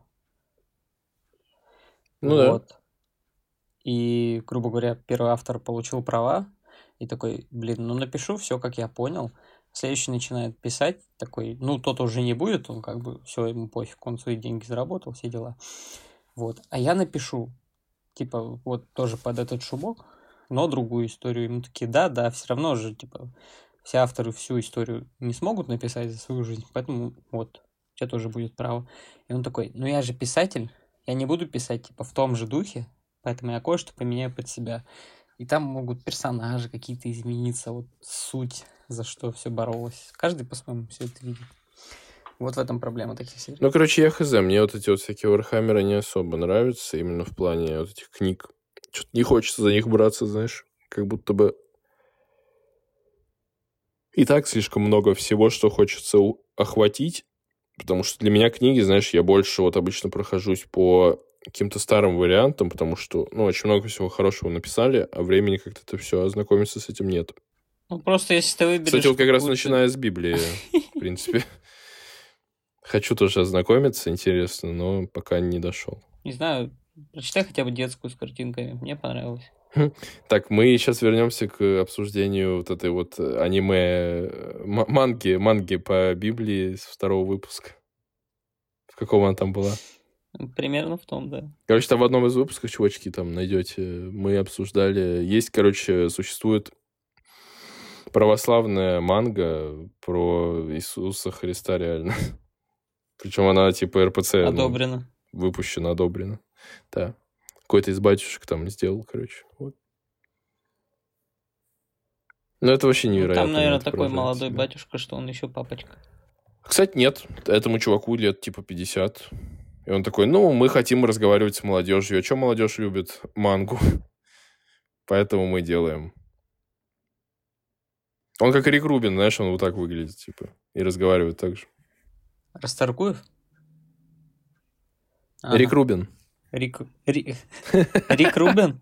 Ну да. Вот. И, грубо говоря, первый автор получил права и такой, блин, ну напишу все, как я понял. Следующий начинает писать, такой, ну тот уже не будет, он как бы, все, ему пофиг, он свои деньги заработал, все дела. Вот. А я напишу, типа, вот тоже под этот шумок, но другую историю. Ему такие, да, все равно же, типа, все авторы всю историю не смогут написать за свою жизнь, поэтому вот, у тебя тоже будет право. И он такой, ну я же писатель, я не буду писать, типа, в том же духе, поэтому я кое-что поменяю под себя. И там могут персонажи какие-то измениться, вот суть, за что все боролось. Каждый по-своему все это видит. Вот в этом проблема таких серий. Ну, короче, я хз, мне вот эти вот всякие Вархаммеры не особо нравятся, именно в плане вот этих книг. Что-то не хочется за них браться, знаешь, как будто бы и так слишком много всего, что хочется охватить, потому что для меня книги, знаешь, я больше вот обычно прохожусь по каким-то старым вариантам, потому что, ну, очень много всего хорошего написали, а времени как-то это все ознакомиться с этим нет. Ну, просто если ты выберешь... Кстати, вот как раз начиная с Библии, в принципе. Хочу тоже ознакомиться, интересно, но пока не дошел. Не знаю, прочитай хотя бы детскую с картинками. Мне понравилось. Так, мы сейчас вернемся к обсуждению вот этой вот аниме, манги по Библии с 2-го выпуска. В каком она там была? Примерно в том, да. Короче, там в одном из выпусков, чувачки, там найдете, мы обсуждали. Есть, короче, существует православная манга про Иисуса Христа реально. Причем она типа РПЦ. Одобрено. Выпущена, одобрена. Да. Какой-то из батюшек там сделал, короче. Вот. Ну, это вообще невероятно. Там, наверное, такой молодой батюшка, что он еще папочка. Кстати, нет. Этому чуваку лет типа 50. И он такой, ну, мы хотим разговаривать с молодежью. А что молодежь любит? Мангу. Поэтому мы делаем. Он как Рик Рубин, знаешь, он вот так выглядит, типа. И разговаривает так же. Расторгуев? Рик Рубин. Рик Рубин?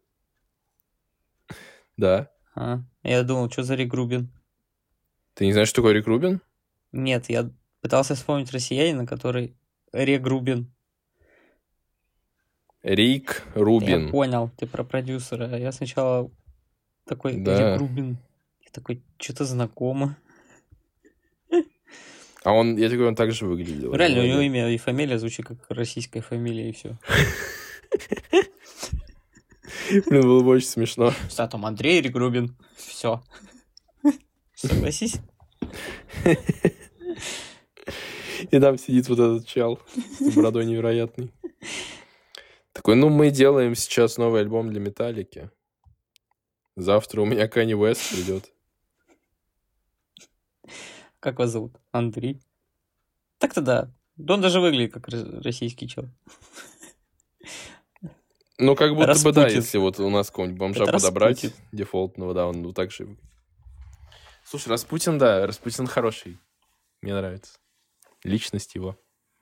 Да. Я думал, что за Рик Рубин? Ты не знаешь, что такое Рик Рубин? Нет, я пытался вспомнить россиянина, который Рик Рубин. Рик Рубин. Я понял, ты про продюсера. Я сначала такой, да. Рик Рубин. Я такой, что-то знакомо. А он, я такой, он так же выглядел. Реально, у него имя и фамилия звучит как российская фамилия, и все. Блин, было бы очень смешно. А там Андрей Рик Рубин. Все. Согласись? И там сидит вот этот чел с бородой невероятный. Такой, ну, мы делаем сейчас новый альбом для Металлики. Завтра у меня Канье Уэст придет. Как вас зовут? Андрей? Так-то да. Да он даже выглядит как российский чел. Ну, как будто бы да, Распутин. если вот у нас какого-нибудь бомжа Это подобрать Распутин. дефолтного, да, он вот так же... Слушай, Распутин, да, Распутин хороший. Мне нравится. Личность его.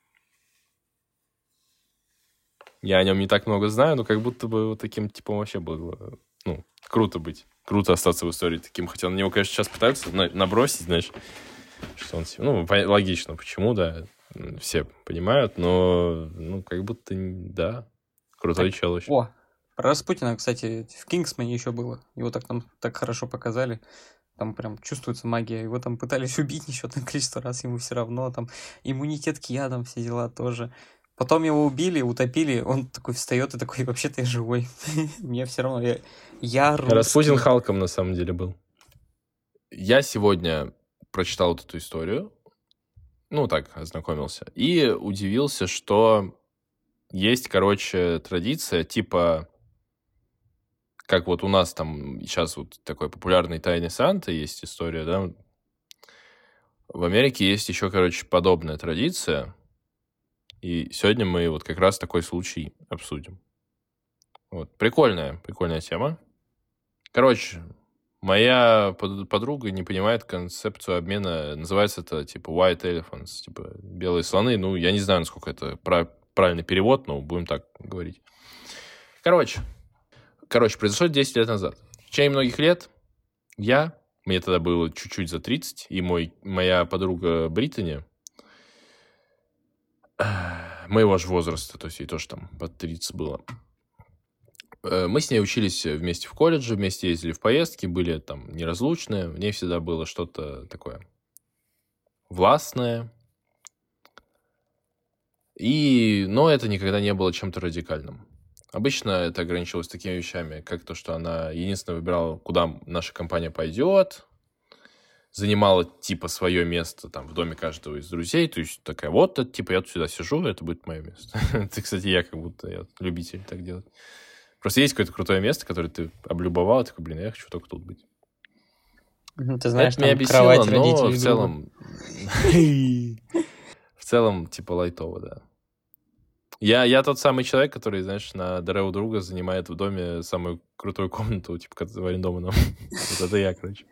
Я о нем не так много знаю, но как будто бы вот таким типом вообще было, ну, круто быть. Круто остаться в истории таким. Хотя на него, конечно, сейчас пытаются набросить, знаешь, что он... Ну, логично, почему, да, все понимают, но, ну, как будто, да, крутой Так, чел очень. О, про Распутина, кстати, в Кингсмане еще было. Его так там так хорошо показали. Там прям чувствуется магия. Его там пытались убить несчетное количество раз, ему все равно. Там иммунитет к ядам, все дела тоже. Потом его убили, утопили, он такой встает и такой, вообще-то я живой. Мне все равно, я русский. Распутин Халком на самом деле был. Я сегодня прочитал вот эту историю, ну так, ознакомился, и удивился, что есть, короче, традиция, типа, как вот у нас там сейчас вот такой популярный «Тайный Санта» есть история, да? В Америке есть еще, короче, подобная традиция, и сегодня мы вот как раз такой случай обсудим. Вот, прикольная тема. Короче, моя подруга не понимает концепцию обмена. Называется это, типа, white elephants, типа, белые слоны. Ну, я не знаю, насколько это правильный перевод, но будем так говорить. Короче, произошло 10 лет назад. В течение многих лет мне тогда было чуть-чуть за 30, и моя подруга Британи, моего же возраста, то есть ей тоже там под 30 было, мы с ней учились вместе в колледже, вместе ездили в поездки, были там неразлучные. В ней всегда было что-то такое властное. Но это никогда не было чем-то радикальным. Обычно это ограничивалось такими вещами, как то, что она единственная выбирала, куда наша компания пойдет, занимала типа свое место там в доме каждого из друзей. То есть такая, вот, это, типа, я тут сюда сижу, это будет мое место. Это, кстати, я любитель так делать. Просто есть какое-то крутое место, которое ты облюбовал, и такой, блин, я хочу только тут быть. Ты знаешь, это меня там кровать бесило, но родителей в целом... В целом, типа, лайтово, да. Я тот самый человек, который, знаешь, на дыре у друга занимает в доме самую крутую комнату, типа, в арендованном. Вот это я, короче.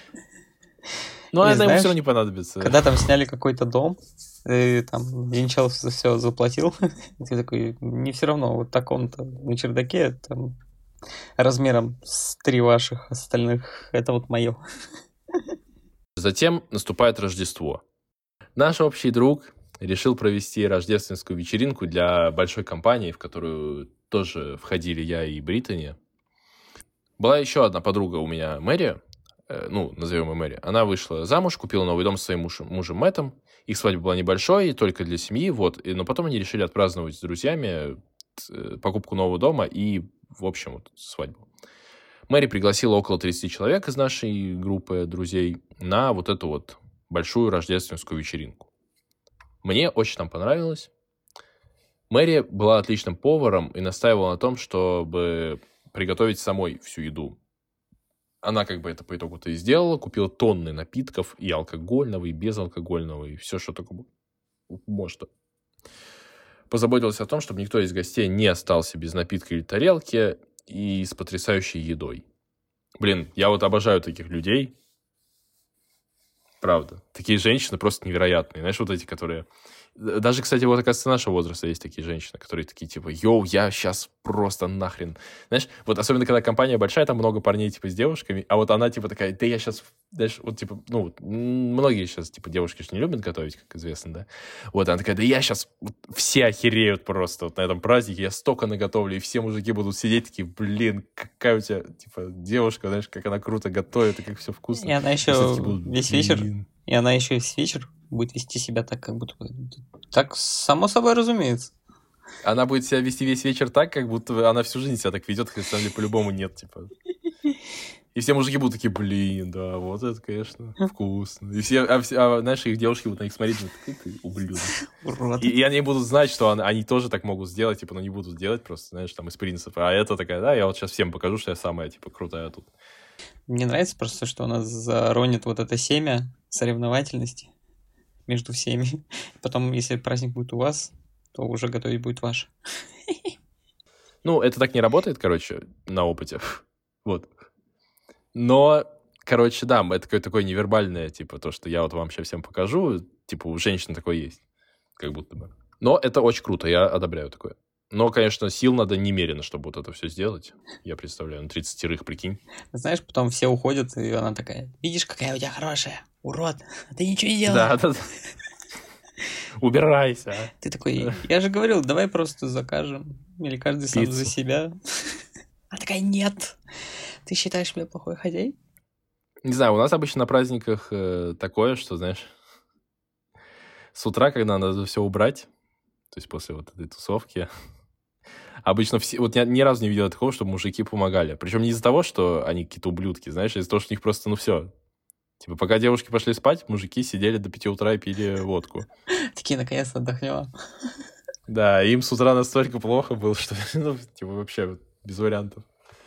Ну, она ему все равно не понадобится. Когда там сняли какой-то дом, и там Винчел все заплатил, ты такой, не все равно, вот та комната на чердаке, там, размером с 3 ваших остальных, это вот мое. Затем наступает Рождество. Наш общий друг решил провести рождественскую вечеринку для большой компании, в которую тоже входили я и Британи. Была еще одна подруга у меня, Мэри, назовем ее Мэри. Она вышла замуж, купила новый дом со своим мужем Мэттом. Их свадьба была небольшой, только для семьи, вот. Но потом они решили отпраздновать с друзьями покупку нового дома и, в общем, вот, свадьбу. Мэри пригласила около 30 человек из нашей группы друзей на вот эту вот большую рождественскую вечеринку. Мне очень там понравилось. Мэри была отличным поваром и настаивала на том, чтобы приготовить самой всю еду. Она как бы это по итогу-то и сделала, купила тонны напитков, и алкогольного, и безалкогольного, и все, что только можно. Позаботилась о том, чтобы никто из гостей не остался без напитка или тарелки и с потрясающей едой. Блин, я вот обожаю таких людей. Правда. Такие женщины просто невероятные. Знаешь, вот эти, которые... Даже, кстати, вот, оказывается, нашего возраста есть такие женщины, которые такие, типа, йоу, я сейчас просто нахрен. Знаешь, вот особенно, когда компания большая, там много парней, типа, с девушками, а вот она, типа, такая, да я сейчас, знаешь, вот, типа, многие сейчас, типа, девушки же не любят готовить, как известно, да? Вот, она такая, да я сейчас, вот, все охереют просто вот на этом празднике, я столько наготовлю, и все мужики будут сидеть такие, блин, какая у тебя, типа, девушка, знаешь, как она круто готовит, и как все вкусно. И она еще весь вечер будет вести себя так, как будто... Так, само собой разумеется. Она будет себя вести весь вечер так, как будто она всю жизнь себя так ведет, хотя на самом деле по-любому нет, типа. И все мужики будут такие, блин, да, вот это, конечно, вкусно. И все, знаешь, их девушки будут на них смотреть, такие, ты ублюдок. Урод. И они будут знать, что они тоже так могут сделать, типа, но не будут делать просто, знаешь, там, из принципа. А это такая, да, я вот сейчас всем покажу, что я самая, типа, крутая тут. Мне нравится просто, что у нас заронит вот это семя соревновательности между всеми. Потом, если праздник будет у вас, то уже готовить будет ваш. Ну, это так не работает, короче, на опыте. Вот. Но, короче, да, это такое невербальное, типа, то, что я вот вам сейчас всем покажу, типа, у женщин такое есть, как будто бы. Но это очень круто, я одобряю такое. Но, конечно, сил надо немерено, чтобы вот это все сделать. Я представляю, на 30-рых, прикинь. Знаешь, потом все уходят, и она такая, видишь, какая у тебя хорошая, урод, а ты ничего не Да, делаешь. да. Убирайся. Ты такой, я же говорил, давай просто закажем. Или каждый сам за Пиццу. себя. Она такая, нет. Ты считаешь меня плохой хозяй? Не знаю, у нас обычно на праздниках такое, что, знаешь, с утра, когда надо все убрать, то есть после вот этой тусовки, обычно все... Вот я ни разу не видел такого, чтобы мужики помогали. Причем не из-за того, что они какие-то ублюдки, знаешь, а из-за того, что у них просто, ну, все. Типа, пока девушки пошли спать, мужики сидели до 5 утра и пили водку. Такие, наконец-то отдохнем. Да, им с утра настолько плохо было, что, ну, типа, вообще без вариантов.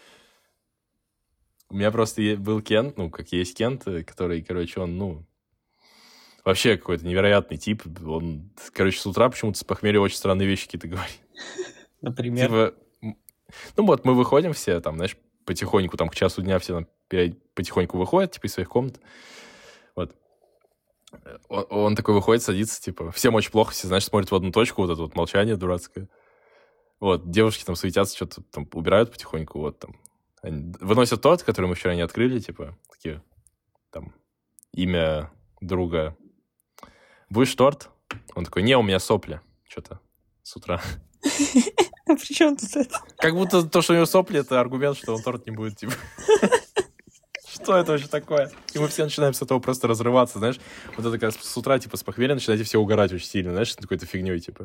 У меня просто был Кент, ну, как есть Кент, который, короче, он, ну, вообще какой-то невероятный тип. Он, короче, с утра почему-то с похмелья очень странные вещи какие-то говорит. Например? Типа, ну вот, мы выходим все, там, знаешь, потихоньку, там, к часу дня все там, потихоньку выходят, типа, из своих комнат. Вот. Он такой выходит, садится, типа, всем очень плохо, все, знаешь, смотрят в одну точку, вот это вот молчание дурацкое. Вот, девушки там суетятся, что-то там убирают потихоньку, вот, там. Они выносят торт, который мы вчера не открыли, типа, такие, там, имя друга. Будешь торт? Он такой, не, у меня сопли, что-то с утра. При чем тут это? Как будто то, что у него сопли, это аргумент, что он торт не будет, типа. Что это вообще такое? И мы все начинаем с этого просто разрываться, знаешь. Вот это как с утра, типа, с похмелья начинаете все угорать очень сильно, знаешь, с какой-то фигней, типа.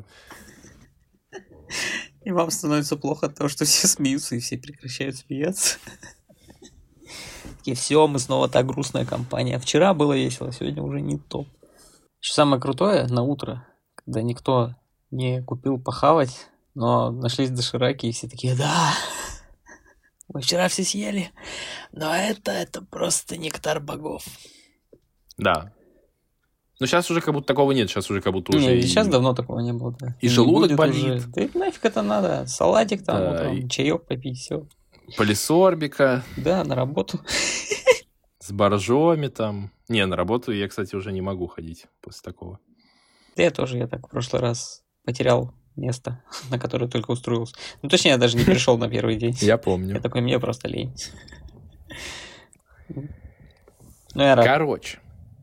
И вам становится плохо от того, что все смеются, и все прекращают смеяться. И все, мы снова та грустная компания. Вчера было весело, сегодня уже не то. Еще самое крутое на утро, когда никто не купил похавать, но нашлись дошираки, и все такие, да, мы вчера все съели, но это просто нектар богов. Да. Но сейчас уже как будто такого нет, сейчас уже как будто уже... Не, сейчас давно такого не было, да. И желудок болит. Уже. Да нафиг это надо, салатик там, Да, утром, чаек попить, все. Полисорбика. Да, на работу. С боржоми там. Не, на работу я, кстати, уже не могу ходить после такого. Да я тоже, я так в прошлый раз потерял место, на которое только устроился. Ну, точнее, я даже не пришел на первый день. Я помню. Я такой, мне просто лень. Ну, я рад. Короче,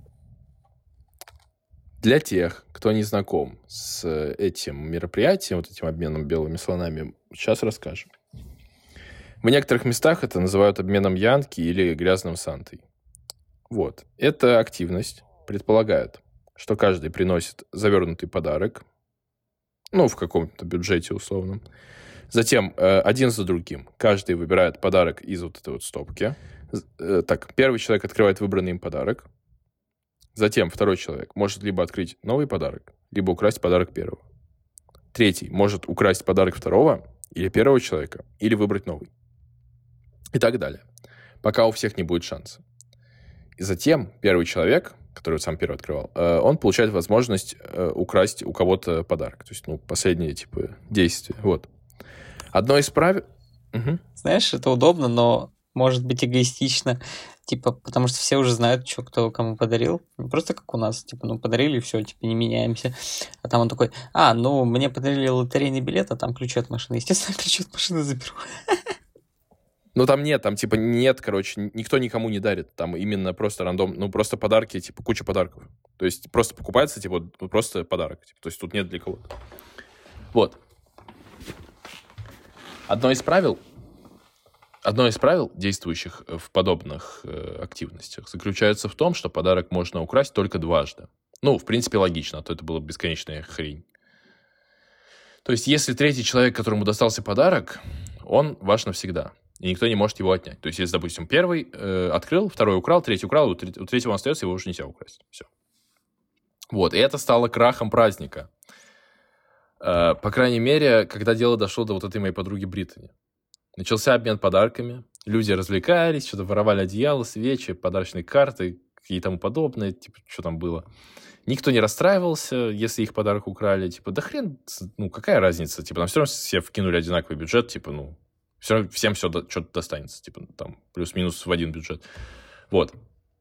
для тех, кто не знаком с этим мероприятием, вот этим обменом белыми слонами, сейчас расскажем. В некоторых местах это называют обменом Янки или грязным Сантой. Вот. Эта активность предполагает, что каждый приносит завернутый подарок, ну, в каком-то бюджете условном. Затем один за другим каждый выбирает подарок из вот этой вот стопки. Так, первый человек открывает выбранный им подарок. Затем второй человек может либо открыть новый подарок, либо украсть подарок первого. Третий может украсть подарок второго или первого человека, или выбрать новый. И так далее. Пока у всех не будет шанса. И затем первый человек, который сам первый открывал, он получает возможность украсть у кого-то подарок. То есть, ну, последнее, типа, действие. Вот. Одно из правил... Угу. Знаешь, это удобно, но может быть эгоистично. Типа, потому что все уже знают, что кто кому подарил. Не просто как у нас, типа, ну, подарили, все, типа, не меняемся. А там он такой, ну, мне подарили лотерейный билет, а там ключи от машины. Естественно, ключи от машины заберу. Ну, там нет, там, типа, нет, короче, никто никому не дарит. Там именно просто рандом, ну, просто подарки, типа, куча подарков. То есть просто покупается, типа, просто подарок. Типа, то есть тут нет для кого-то. Вот. Одно из правил, действующих в подобных активностях, заключается в том, что подарок можно украсть только дважды. Ну, в принципе, логично, а то это была бесконечная хрень. То есть, если третий человек, которому достался подарок, он ваш навсегда. и никто не может его отнять. То есть, если, допустим, первый открыл, второй украл, третий украл, у третьего он остается, его уже нельзя украсть. Все. Вот, и это стало крахом праздника. По крайней мере, когда дело дошло до вот этой моей подруги Британи. Начался обмен подарками, люди развлекались, что-то воровали одеяло, свечи, подарочные карты и тому подобное, типа, что там было. Никто не расстраивался, если их подарок украли, типа, да хрен, ну, какая разница, типа, там все равно все вкинули одинаковый бюджет, типа, ну, все равно всем все что-то достанется, типа, там, плюс-минус в один бюджет. Вот.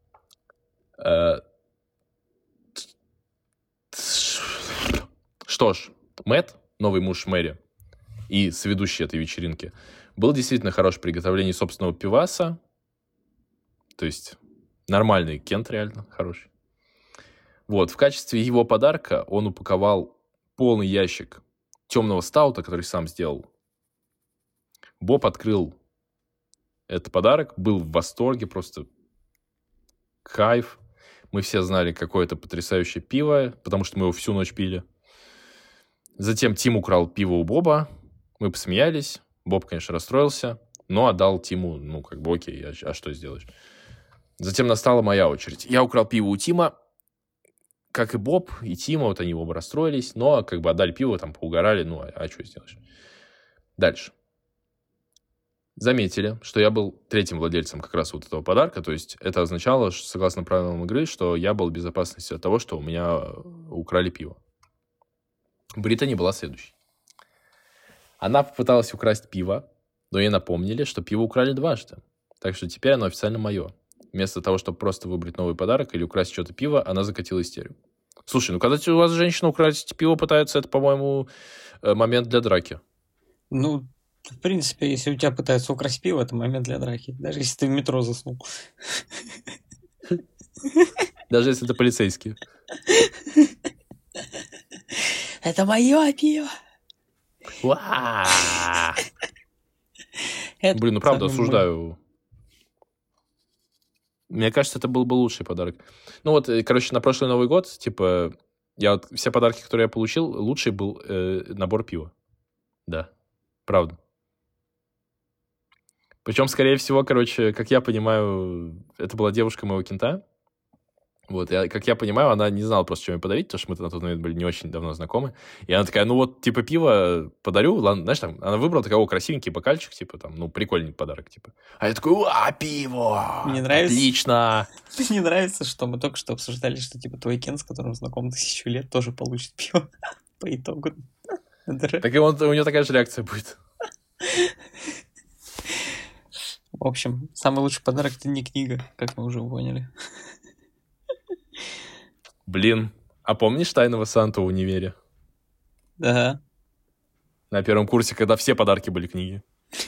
Что ж, Мэтт, новый муж Мэри и соведущий этой вечеринки, был действительно хорош в приготовлении собственного пиваса, то есть нормальный Кент реально хороший. Вот, в качестве его подарка он упаковал полный ящик темного стаута, который сам сделал. Боб открыл этот подарок, был в восторге, просто кайф. Мы все знали, какое это потрясающее пиво, потому что мы его всю ночь пили. Затем Тим украл пиво у Боба, мы посмеялись. Боб, конечно, расстроился, но отдал Тиму, ну, как бы, окей, а что сделаешь? Затем настала моя очередь. Я украл пиво у Тима, как и Боб, и Тима, вот они оба расстроились, но как бы отдали пиво, там поугорали, ну, а что сделаешь? Дальше. Заметили, что я был третьим владельцем как раз вот этого подарка, то есть это означало, что, согласно правилам игры, что я был в безопасности от того, что у меня украли пиво. Британи была следующей. Она попыталась украсть пиво, но ей напомнили, что пиво украли дважды, так что теперь оно официально мое. Вместо того, чтобы просто выбрать новый подарок или украсть что-то пиво, она закатила истерию. Слушай, ну когда у вас женщина украсть пиво пытается, это, по-моему, момент для драки. Ну, в принципе, если у тебя пытаются украсть пиво, это момент для драки. Даже если ты в метро заснул. Даже если это полицейские. Это мое пиво. Блин, ну правда, осуждаю. Мне кажется, это был бы лучший подарок. Ну вот, короче, на прошлый Новый год, типа, я вот все подарки, которые я получил, лучший был набор пива. Да, правда. Причем, скорее всего, короче, как я понимаю, это была девушка моего кента. Вот, как я понимаю, она не знала просто, что мне подарить, потому что мы на тот момент были не очень давно знакомы. И она такая, ну вот, типа, пиво подарю, ладно, знаешь, там, она выбрала такой, красивенький бокальчик, типа, там, ну, прикольный подарок, типа. А я такой, пиво! Мне нравится. Отлично! Мне нравится, что мы только что обсуждали, что, типа, твой Кен, с которым знаком 1000 лет, тоже получит пиво по итогу. Так и у него такая же реакция будет. В общем, самый лучший подарок — это не книга, как мы уже поняли. Блин, а помнишь «Тайного Санту» в универе? Да. На первом курсе, когда все подарки были книги.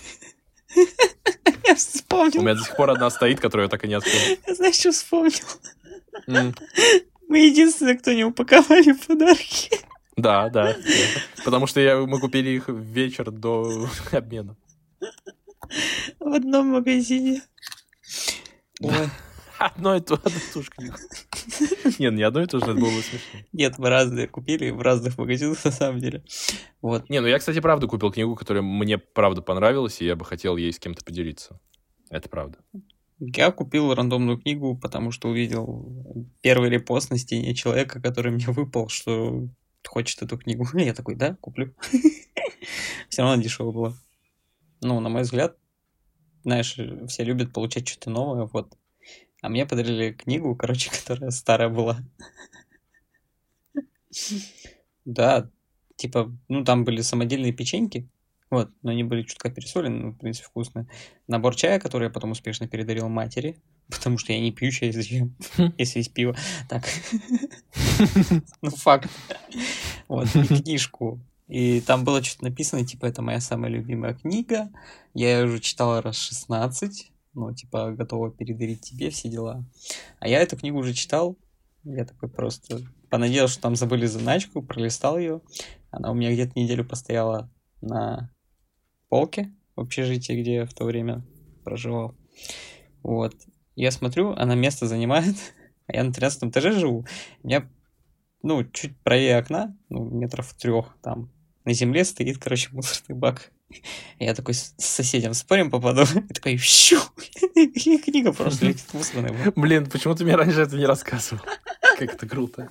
Я вспомнил. У меня до сих пор одна стоит, которую я так и не открыл. Я знаешь, что вспомнил? Мы единственные, кто не упаковали подарки. Да. Потому что мы купили их в вечер до обмена. В одном магазине. Ой. Одну и ту же книгу. Нет, не одну и ту же, это было бы смешно. Нет, мы разные купили в разных магазинах, на самом деле. Вот. Не, ну я, кстати, правда купил книгу, которая мне правда понравилась, и я бы хотел ей с кем-то поделиться. Это правда. Я купил рандомную книгу, потому что увидел первый репост на стене человека, который мне выпал, что хочет эту книгу. И я такой, да, куплю. Все равно дешево было. Ну, на мой взгляд, знаешь, все любят получать что-то новое, вот. А мне подарили книгу, короче, которая старая была. Да, типа, ну, там были самодельные печеньки, вот, но они были чутка пересолены, ну, в принципе, вкусные. Набор чая, который я потом успешно передарил матери, потому что я не пью чай, зачем, если есть пиво. Так, ну, факт. Вот, и книжку. И там было что-то написано, типа, это моя самая любимая книга, я ее уже читала раз 16, ну, типа, готова передарить тебе, все дела. А я эту книгу уже читал, я такой просто понадеялся, что там забыли заначку, пролистал ее. Она у меня где-то неделю постояла на полке в общежитии, где я в то время проживал. Вот. Я смотрю, она место занимает, а я на 13 этаже живу. У меня, ну, чуть правее окна, ну, метров 3 там, на земле стоит, короче, мусорный бак. Я такой с соседям спорим, попаду. И такой, щу! И книга просто летит в мусорный бак. Блин, почему ты мне раньше это не рассказывал? Как это круто.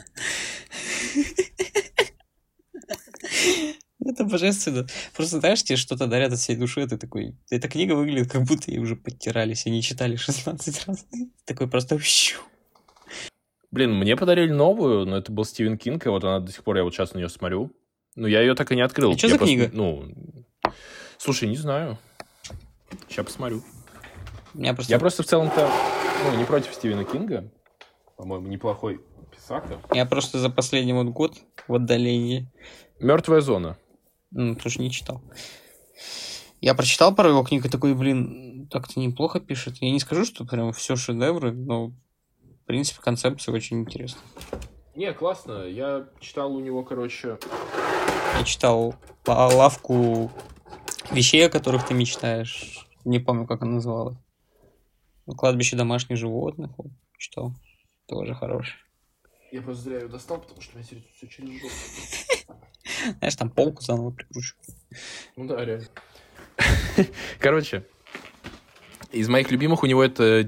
Это божественно. Просто, знаешь, тебе что-то дарят от всей души, ты такой... Эта книга выглядит, как будто ей уже подтирались, они читали 16 раз. Такой просто щу. Блин, мне подарили новую, но это был Стивен Кинг, и вот она до сих пор, я вот сейчас на нее смотрю. Но я ее так и не открыл. А что Я за просто, книга? Слушай, не знаю. Сейчас посмотрю. Я Я просто в целом-то не против Стивена Кинга. По-моему, неплохой писатель. Я просто за последний вот год в отдалении... «Мертвая зона». Тоже не читал. Я прочитал пару его книг и такой, блин, так-то неплохо пишет. Я не скажу, что прям все шедевры, но, в принципе, концепция очень интересная. Не, классно. Я читал у него, Я читал лавку вещей, о которых ты мечтаешь. Не помню, как она называлась. Кладбище домашних животных. Вот, читал. Тоже хороший. Я просто зря ее достал, потому что у меня все через жопу. Знаешь, там полку заново прикручу. Ну да, реально. Короче, из моих любимых у него это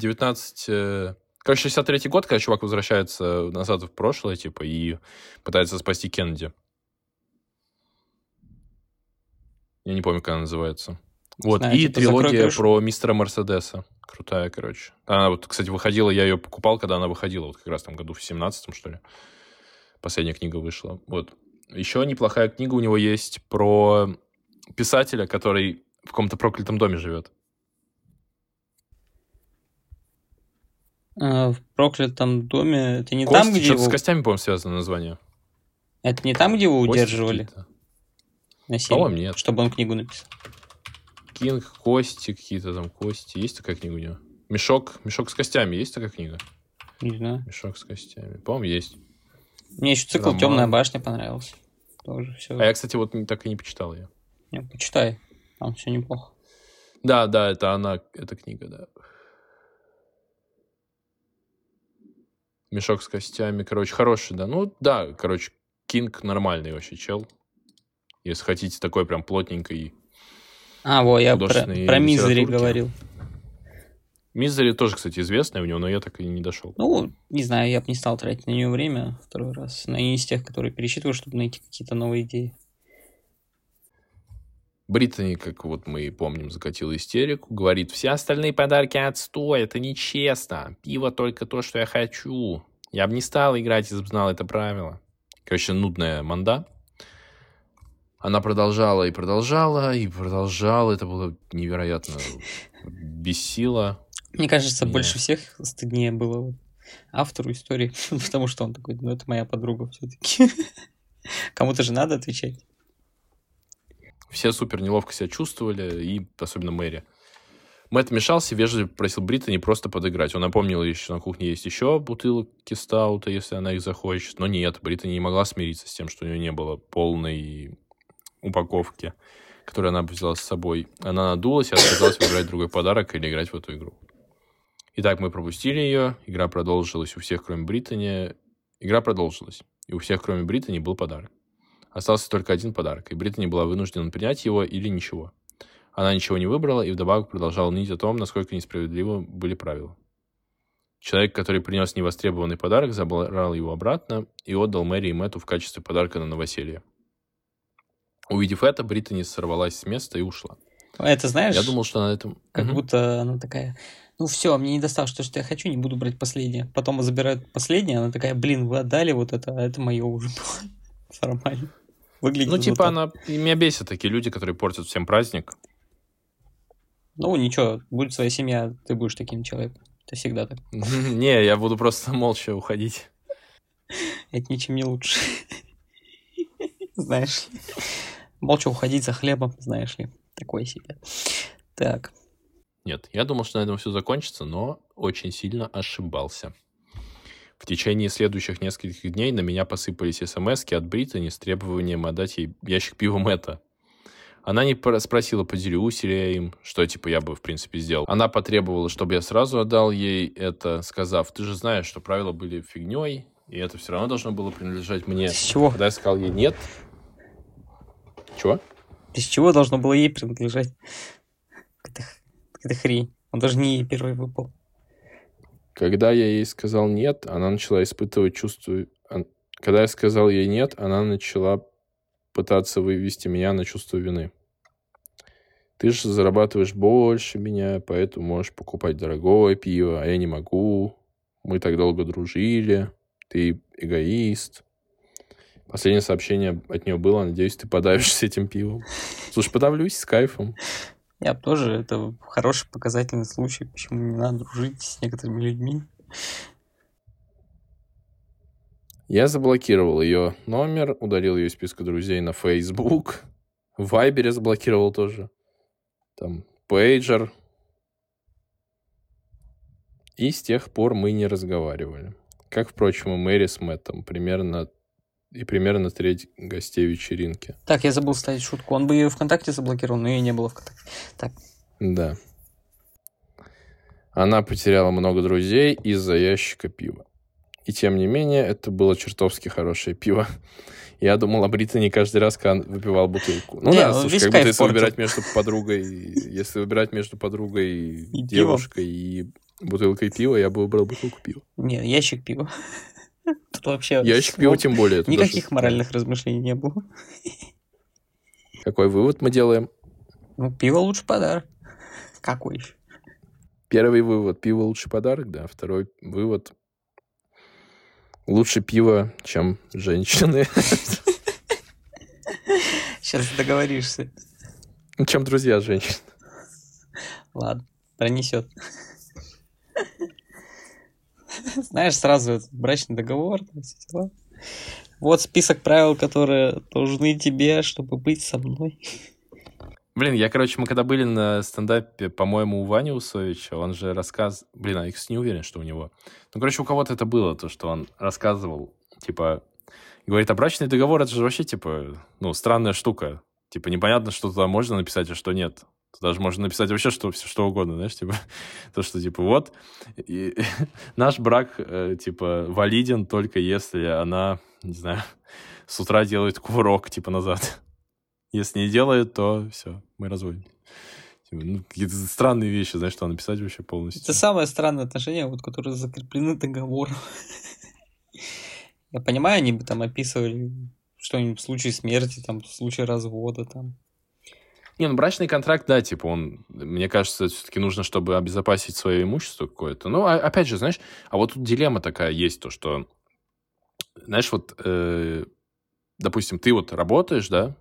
63-й год, когда чувак возвращается назад в прошлое, типа, и пытается спасти Кеннеди. Я не помню, как она называется. Вот, Знаю, и типа, трилогия про мистера Мерседеса. Крутая, короче. Она вот, кстати, выходила, я ее покупал, когда она выходила, вот как раз там году в 17-м, что ли. Последняя книга вышла. Вот. Еще неплохая книга у него есть про писателя, который в каком-то проклятом доме живет. В проклятом доме... Это не Кости, там, где что-то его... с костями, по-моему, связано название. Это не там, где его Кости удерживали? какие-то. Насильно? По-моему, нет. Чтобы он книгу написал. Кинг, кости какие-то там, кости. Есть такая книга у него? Мешок с костями. Есть такая книга? Не знаю. Мешок с костями. По-моему, есть. Мне еще цикл Роман. «Темная башня» понравился. Тоже все. А я, кстати, вот так и не почитал ее. Не, почитай. Там все неплохо. Да, это она, эта книга, да. Мешок с костями, короче, хороший, да. Ну, да, короче, Кинг нормальный вообще чел. Если хотите, такой прям плотненький. Я про художественной Мизери литературки. говорил. Мизери тоже, кстати, известная у него, но я так и не дошел. Ну, не знаю, я бы не стал тратить на нее время второй раз. Она не из тех, которые пересчитываю, чтобы найти какие-то новые идеи. Британи, как вот мы помним, закатила истерику. Говорит, все остальные подарки отстой, это нечестно. Пиво только то, что я хочу. Я бы не стал играть, если бы знал это правило. Короче, нудная манда. Она продолжала. Это было невероятно бесило. Мне кажется, Меня. больше всех стыднее было вот автору истории, потому что он такой, это моя подруга все-таки. Кому-то же надо отвечать. Все супер неловко себя чувствовали, и особенно Мэри. Мэтт вмешался, вежливо просил Британи просто подыграть. Он напомнил ей, что на кухне есть еще бутылки стаута, если она их захочет. Но нет, Британи не могла смириться с тем, что у нее не было полной упаковки, которую она взяла с собой. Она надулась и отказалась выбирать другой подарок или играть в эту игру. Итак, мы пропустили ее. Игра продолжилась у всех, кроме Британи. Игра продолжилась. И у всех, кроме Британи, был подарок. Остался только один подарок, и Британи была вынуждена принять его или ничего. Она ничего не выбрала и вдобавок продолжала ныть о том, насколько несправедливы были правила. Человек, который принес невостребованный подарок, забрал его обратно и отдал Мэри и Мэтту в качестве подарка на новоселье. Увидев это, Британи сорвалась с места и ушла. Это знаешь, Я думал, что на этом... как будто она такая, все, мне не досталось то, что я хочу, не буду брать последнее. Потом забирают последнее, она такая, вы отдали вот это, а это мое уже было. Нормально. Выглядит вот так. Меня бесят такие люди, которые портят всем праздник. Ничего, будет своя семья, ты будешь таким человеком. Это всегда так. Не, я буду просто молча уходить. Это ничем не лучше. Знаешь ли. Молча уходить за хлебом, знаешь ли. Такое себе. Так. Нет, я думал, что на этом все закончится, но очень сильно ошибался. В течение следующих нескольких дней на меня посыпались смски от Британи с требованием отдать ей ящик пива Мэтта. Она не спросила, поделюсь ли я им, что, я бы, в принципе, сделал. Она потребовала, чтобы я сразу отдал ей это, сказав, ты же знаешь, что правила были фигней, и это все равно должно было принадлежать мне. С чего? Когда я сказал ей нет. Чего? Из чего должно было ей принадлежать? Какая-то хрень. Он даже не ей первый выпал. Когда я ей сказал нет, она начала испытывать чувство... Когда я сказал ей нет, она начала пытаться вывести меня на чувство вины. Ты же зарабатываешь больше меня, поэтому можешь покупать дорогое пиво, а я не могу. Мы так долго дружили. Ты эгоист. Последнее сообщение от нее было. Надеюсь, ты подавишься этим пивом. Слушай, подавлюсь с кайфом. Я бы тоже, это хороший показательный случай, почему не надо дружить с некоторыми людьми. Я заблокировал ее номер, удалил ее из списка друзей на Facebook. В Вайбере заблокировал тоже. Там, пейджер. И с тех пор мы не разговаривали. Как, впрочем, и Мэри с Мэттом. Примерно треть гостей вечеринки. Так, я забыл ставить шутку. Он бы ее ВКонтакте заблокировал, но ее не было ВКонтакте. Так. Да. Она потеряла много друзей из-за ящика пива. И тем не менее, это было чертовски хорошее пиво. Я думал о Британи каждый раз, когда выпивал бутылку. Ну да, слушай, как будто если выбирать между подругой и девушкой и бутылкой пива, я бы выбрал бутылку пива. Нет, ящик пива. Тут вообще... Ящик пива тем более. Никаких моральных размышлений не было. Какой вывод мы делаем? Ну, пиво лучше подарок. Какой еще? Первый вывод. Пиво лучше подарок, да. Второй вывод. Лучше пиво, чем женщины. Сейчас договоришься. Чем друзья женщин. Ладно, пронесет. Знаешь, сразу этот брачный договор. Вот список правил, которые должны тебе, чтобы быть со мной. Блин, мы когда были на стендапе, по-моему, у Вани Усовича, он же Блин, я не уверен, что у него. Ну, короче, у кого-то это было, то, что он рассказывал, типа, говорит, а брачный договор, это же вообще, типа, ну, странная штука. Типа, непонятно, что туда можно написать, а что нет. Туда же можно написать вообще что угодно, знаешь, типа, то, что, типа, вот, и наш брак, типа, валиден только если она, не знаю, с утра делает кувырок, типа, назад. Если не делает, то все, мы разводимся. Ну, какие-то странные вещи, знаешь, что написать вообще полностью. Это самое странное отношение, вот, которые закреплены договором. Я понимаю, они бы там описывали что-нибудь в случае смерти, там, в случае развода, там. Не, ну брачный контракт, да, типа он, мне кажется, все-таки нужно, чтобы обезопасить свое имущество какое-то. Ну, опять же, знаешь, а вот тут дилемма такая есть, то, что, знаешь, вот, допустим, ты вот работаешь, да,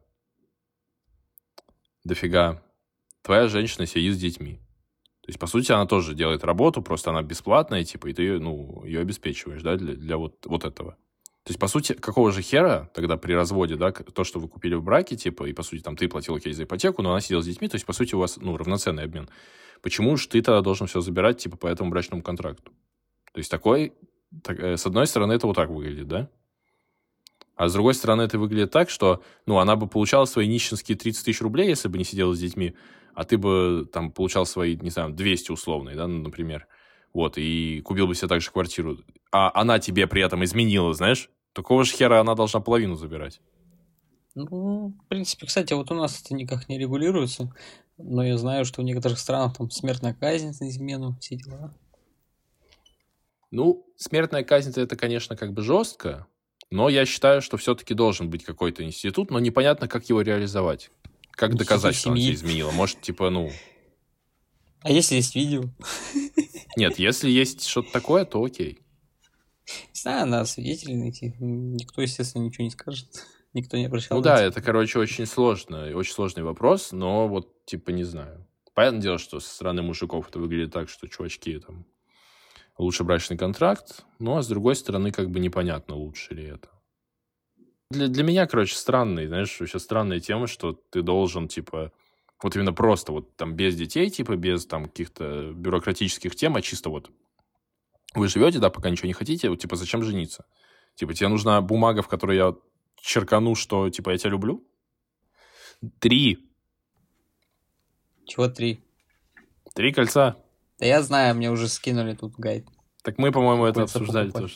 дофига, твоя женщина сидит с детьми. То есть, по сути, она тоже делает работу, просто она бесплатная, типа, и ты, ну, ее обеспечиваешь, да, для вот этого. То есть, по сути, какого же хера тогда при разводе, да, то, что вы купили в браке, типа, и, по сути, там, ты платил, окей, за ипотеку, но она сидела с детьми, то есть, по сути, у вас, ну, равноценный обмен. Почему же ты тогда должен все забирать, типа, по этому брачному контракту? То есть, с одной стороны, это вот так выглядит, да? А с другой стороны, это выглядит так, что, ну, она бы получала свои нищенские 30 тысяч рублей, если бы не сидела с детьми, а ты бы, там, получал свои, не знаю, 200 условные, да, например, вот, и купил бы себе также квартиру, а она тебе при этом изменила, знаешь, такого же хера она должна половину забирать. Ну, в принципе, кстати, вот у нас это никак не регулируется, но я знаю, что в некоторых странах там смертная казнь за измену, все дела. Ну, смертная казнь, это, конечно, как бы жестко, но я считаю, что все-таки должен быть какой-то институт, но непонятно, как его реализовать. Как доказать, что она тебя изменила? Может, типа, ну... А если есть видео? Нет, если есть что-то такое, то окей. Не знаю, надо свидетелей найти. Никто, естественно, ничего не скажет. Никто не обращался. Ну да, это, короче, очень сложный вопрос, но вот, типа, не знаю. Понятное дело, что со стороны мужиков это выглядит так, что чувачки там... Лучше брачный контракт, ну, а с другой стороны, как бы непонятно, лучше ли это. Для меня, короче, знаешь, вообще странная тема, что ты должен, типа, вот именно просто вот там без детей, типа, без там каких-то бюрократических тем, а чисто вот вы живете, да, пока ничего не хотите, вот, типа, зачем жениться? Типа, тебе нужна бумага, в которой я черкану, что, типа, я тебя люблю? 3. Чего 3? 3 кольца. Да я знаю, мне уже скинули тут гайд. Так мы, по-моему, это обсуждали тоже.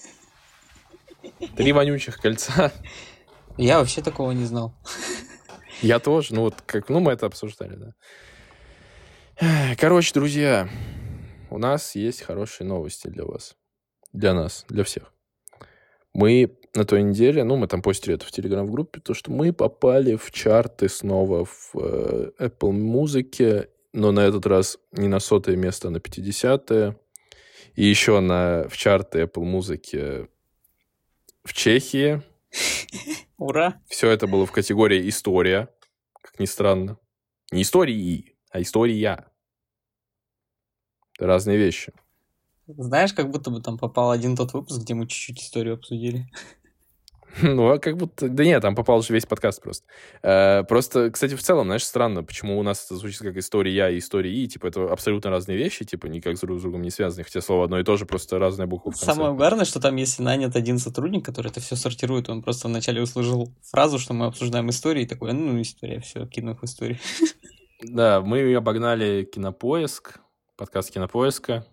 3 вонючих кольца. Я вообще такого не знал. Я тоже. Ну, вот как, ну, мы это обсуждали, да. Короче, друзья, у нас есть хорошие новости для вас. Для нас, для всех. Мы на той неделе, ну, мы там постили это в Телеграм-группе, то, что мы попали в чарты снова в Apple Music, но на этот раз не на 100-е место, а на 50-е. И еще в чарты Apple Music в Чехии. Ура! Все это было в категории «История», как ни странно. Не истории, а история. Это разные вещи. Знаешь, как будто бы там попал один тот выпуск, где мы чуть-чуть историю обсудили. Ну, а как будто... Да нет, там попал же весь подкаст просто. Просто, кстати, в целом, знаешь, странно, почему у нас это звучит как история и история и, типа, это абсолютно разные вещи, типа, никак друг с другом не связаны, хотя слово одно и то же, просто разная буква в конце. Самое угарное, что там, если нанят один сотрудник, который это все сортирует, он просто вначале услышал фразу, что мы обсуждаем истории, и такой, ну, история, все, кину их в историю. Да, мы обогнали Кинопоиск, подкаст Кинопоиска.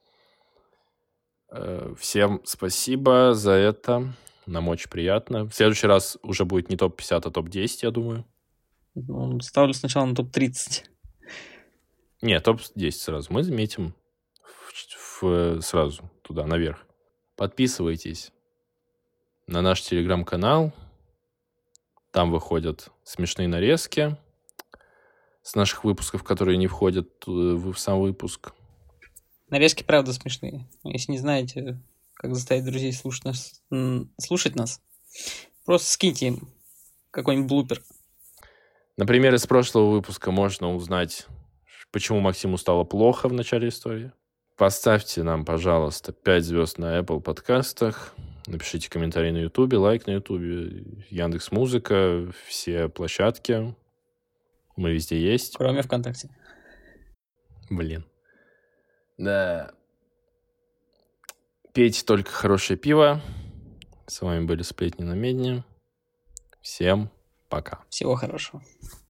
Всем спасибо за это. Нам очень приятно. В следующий раз уже будет не топ-50, а топ-10, я думаю. Ну, ставлю сначала на топ-30. Не, топ-10 сразу. Мы заметим сразу туда, наверх. Подписывайтесь на наш телеграм-канал. Там выходят смешные нарезки с наших выпусков, которые не входят в сам выпуск. Нарезки, правда, смешные. Если не знаете, как заставить друзей слушать нас, просто скиньте им какой-нибудь блупер. Например, из прошлого выпуска можно узнать, почему Максиму стало плохо в начале истории. Поставьте нам, пожалуйста, 5 звезд на Apple подкастах. Напишите комментарий на YouTube, лайк на YouTube, Яндекс.Музыка, все площадки. Мы везде есть. Кроме ВКонтакте. Блин. Да. Пейте только хорошее пиво. С вами были Сплетни на Медне. Всем пока. Всего хорошего.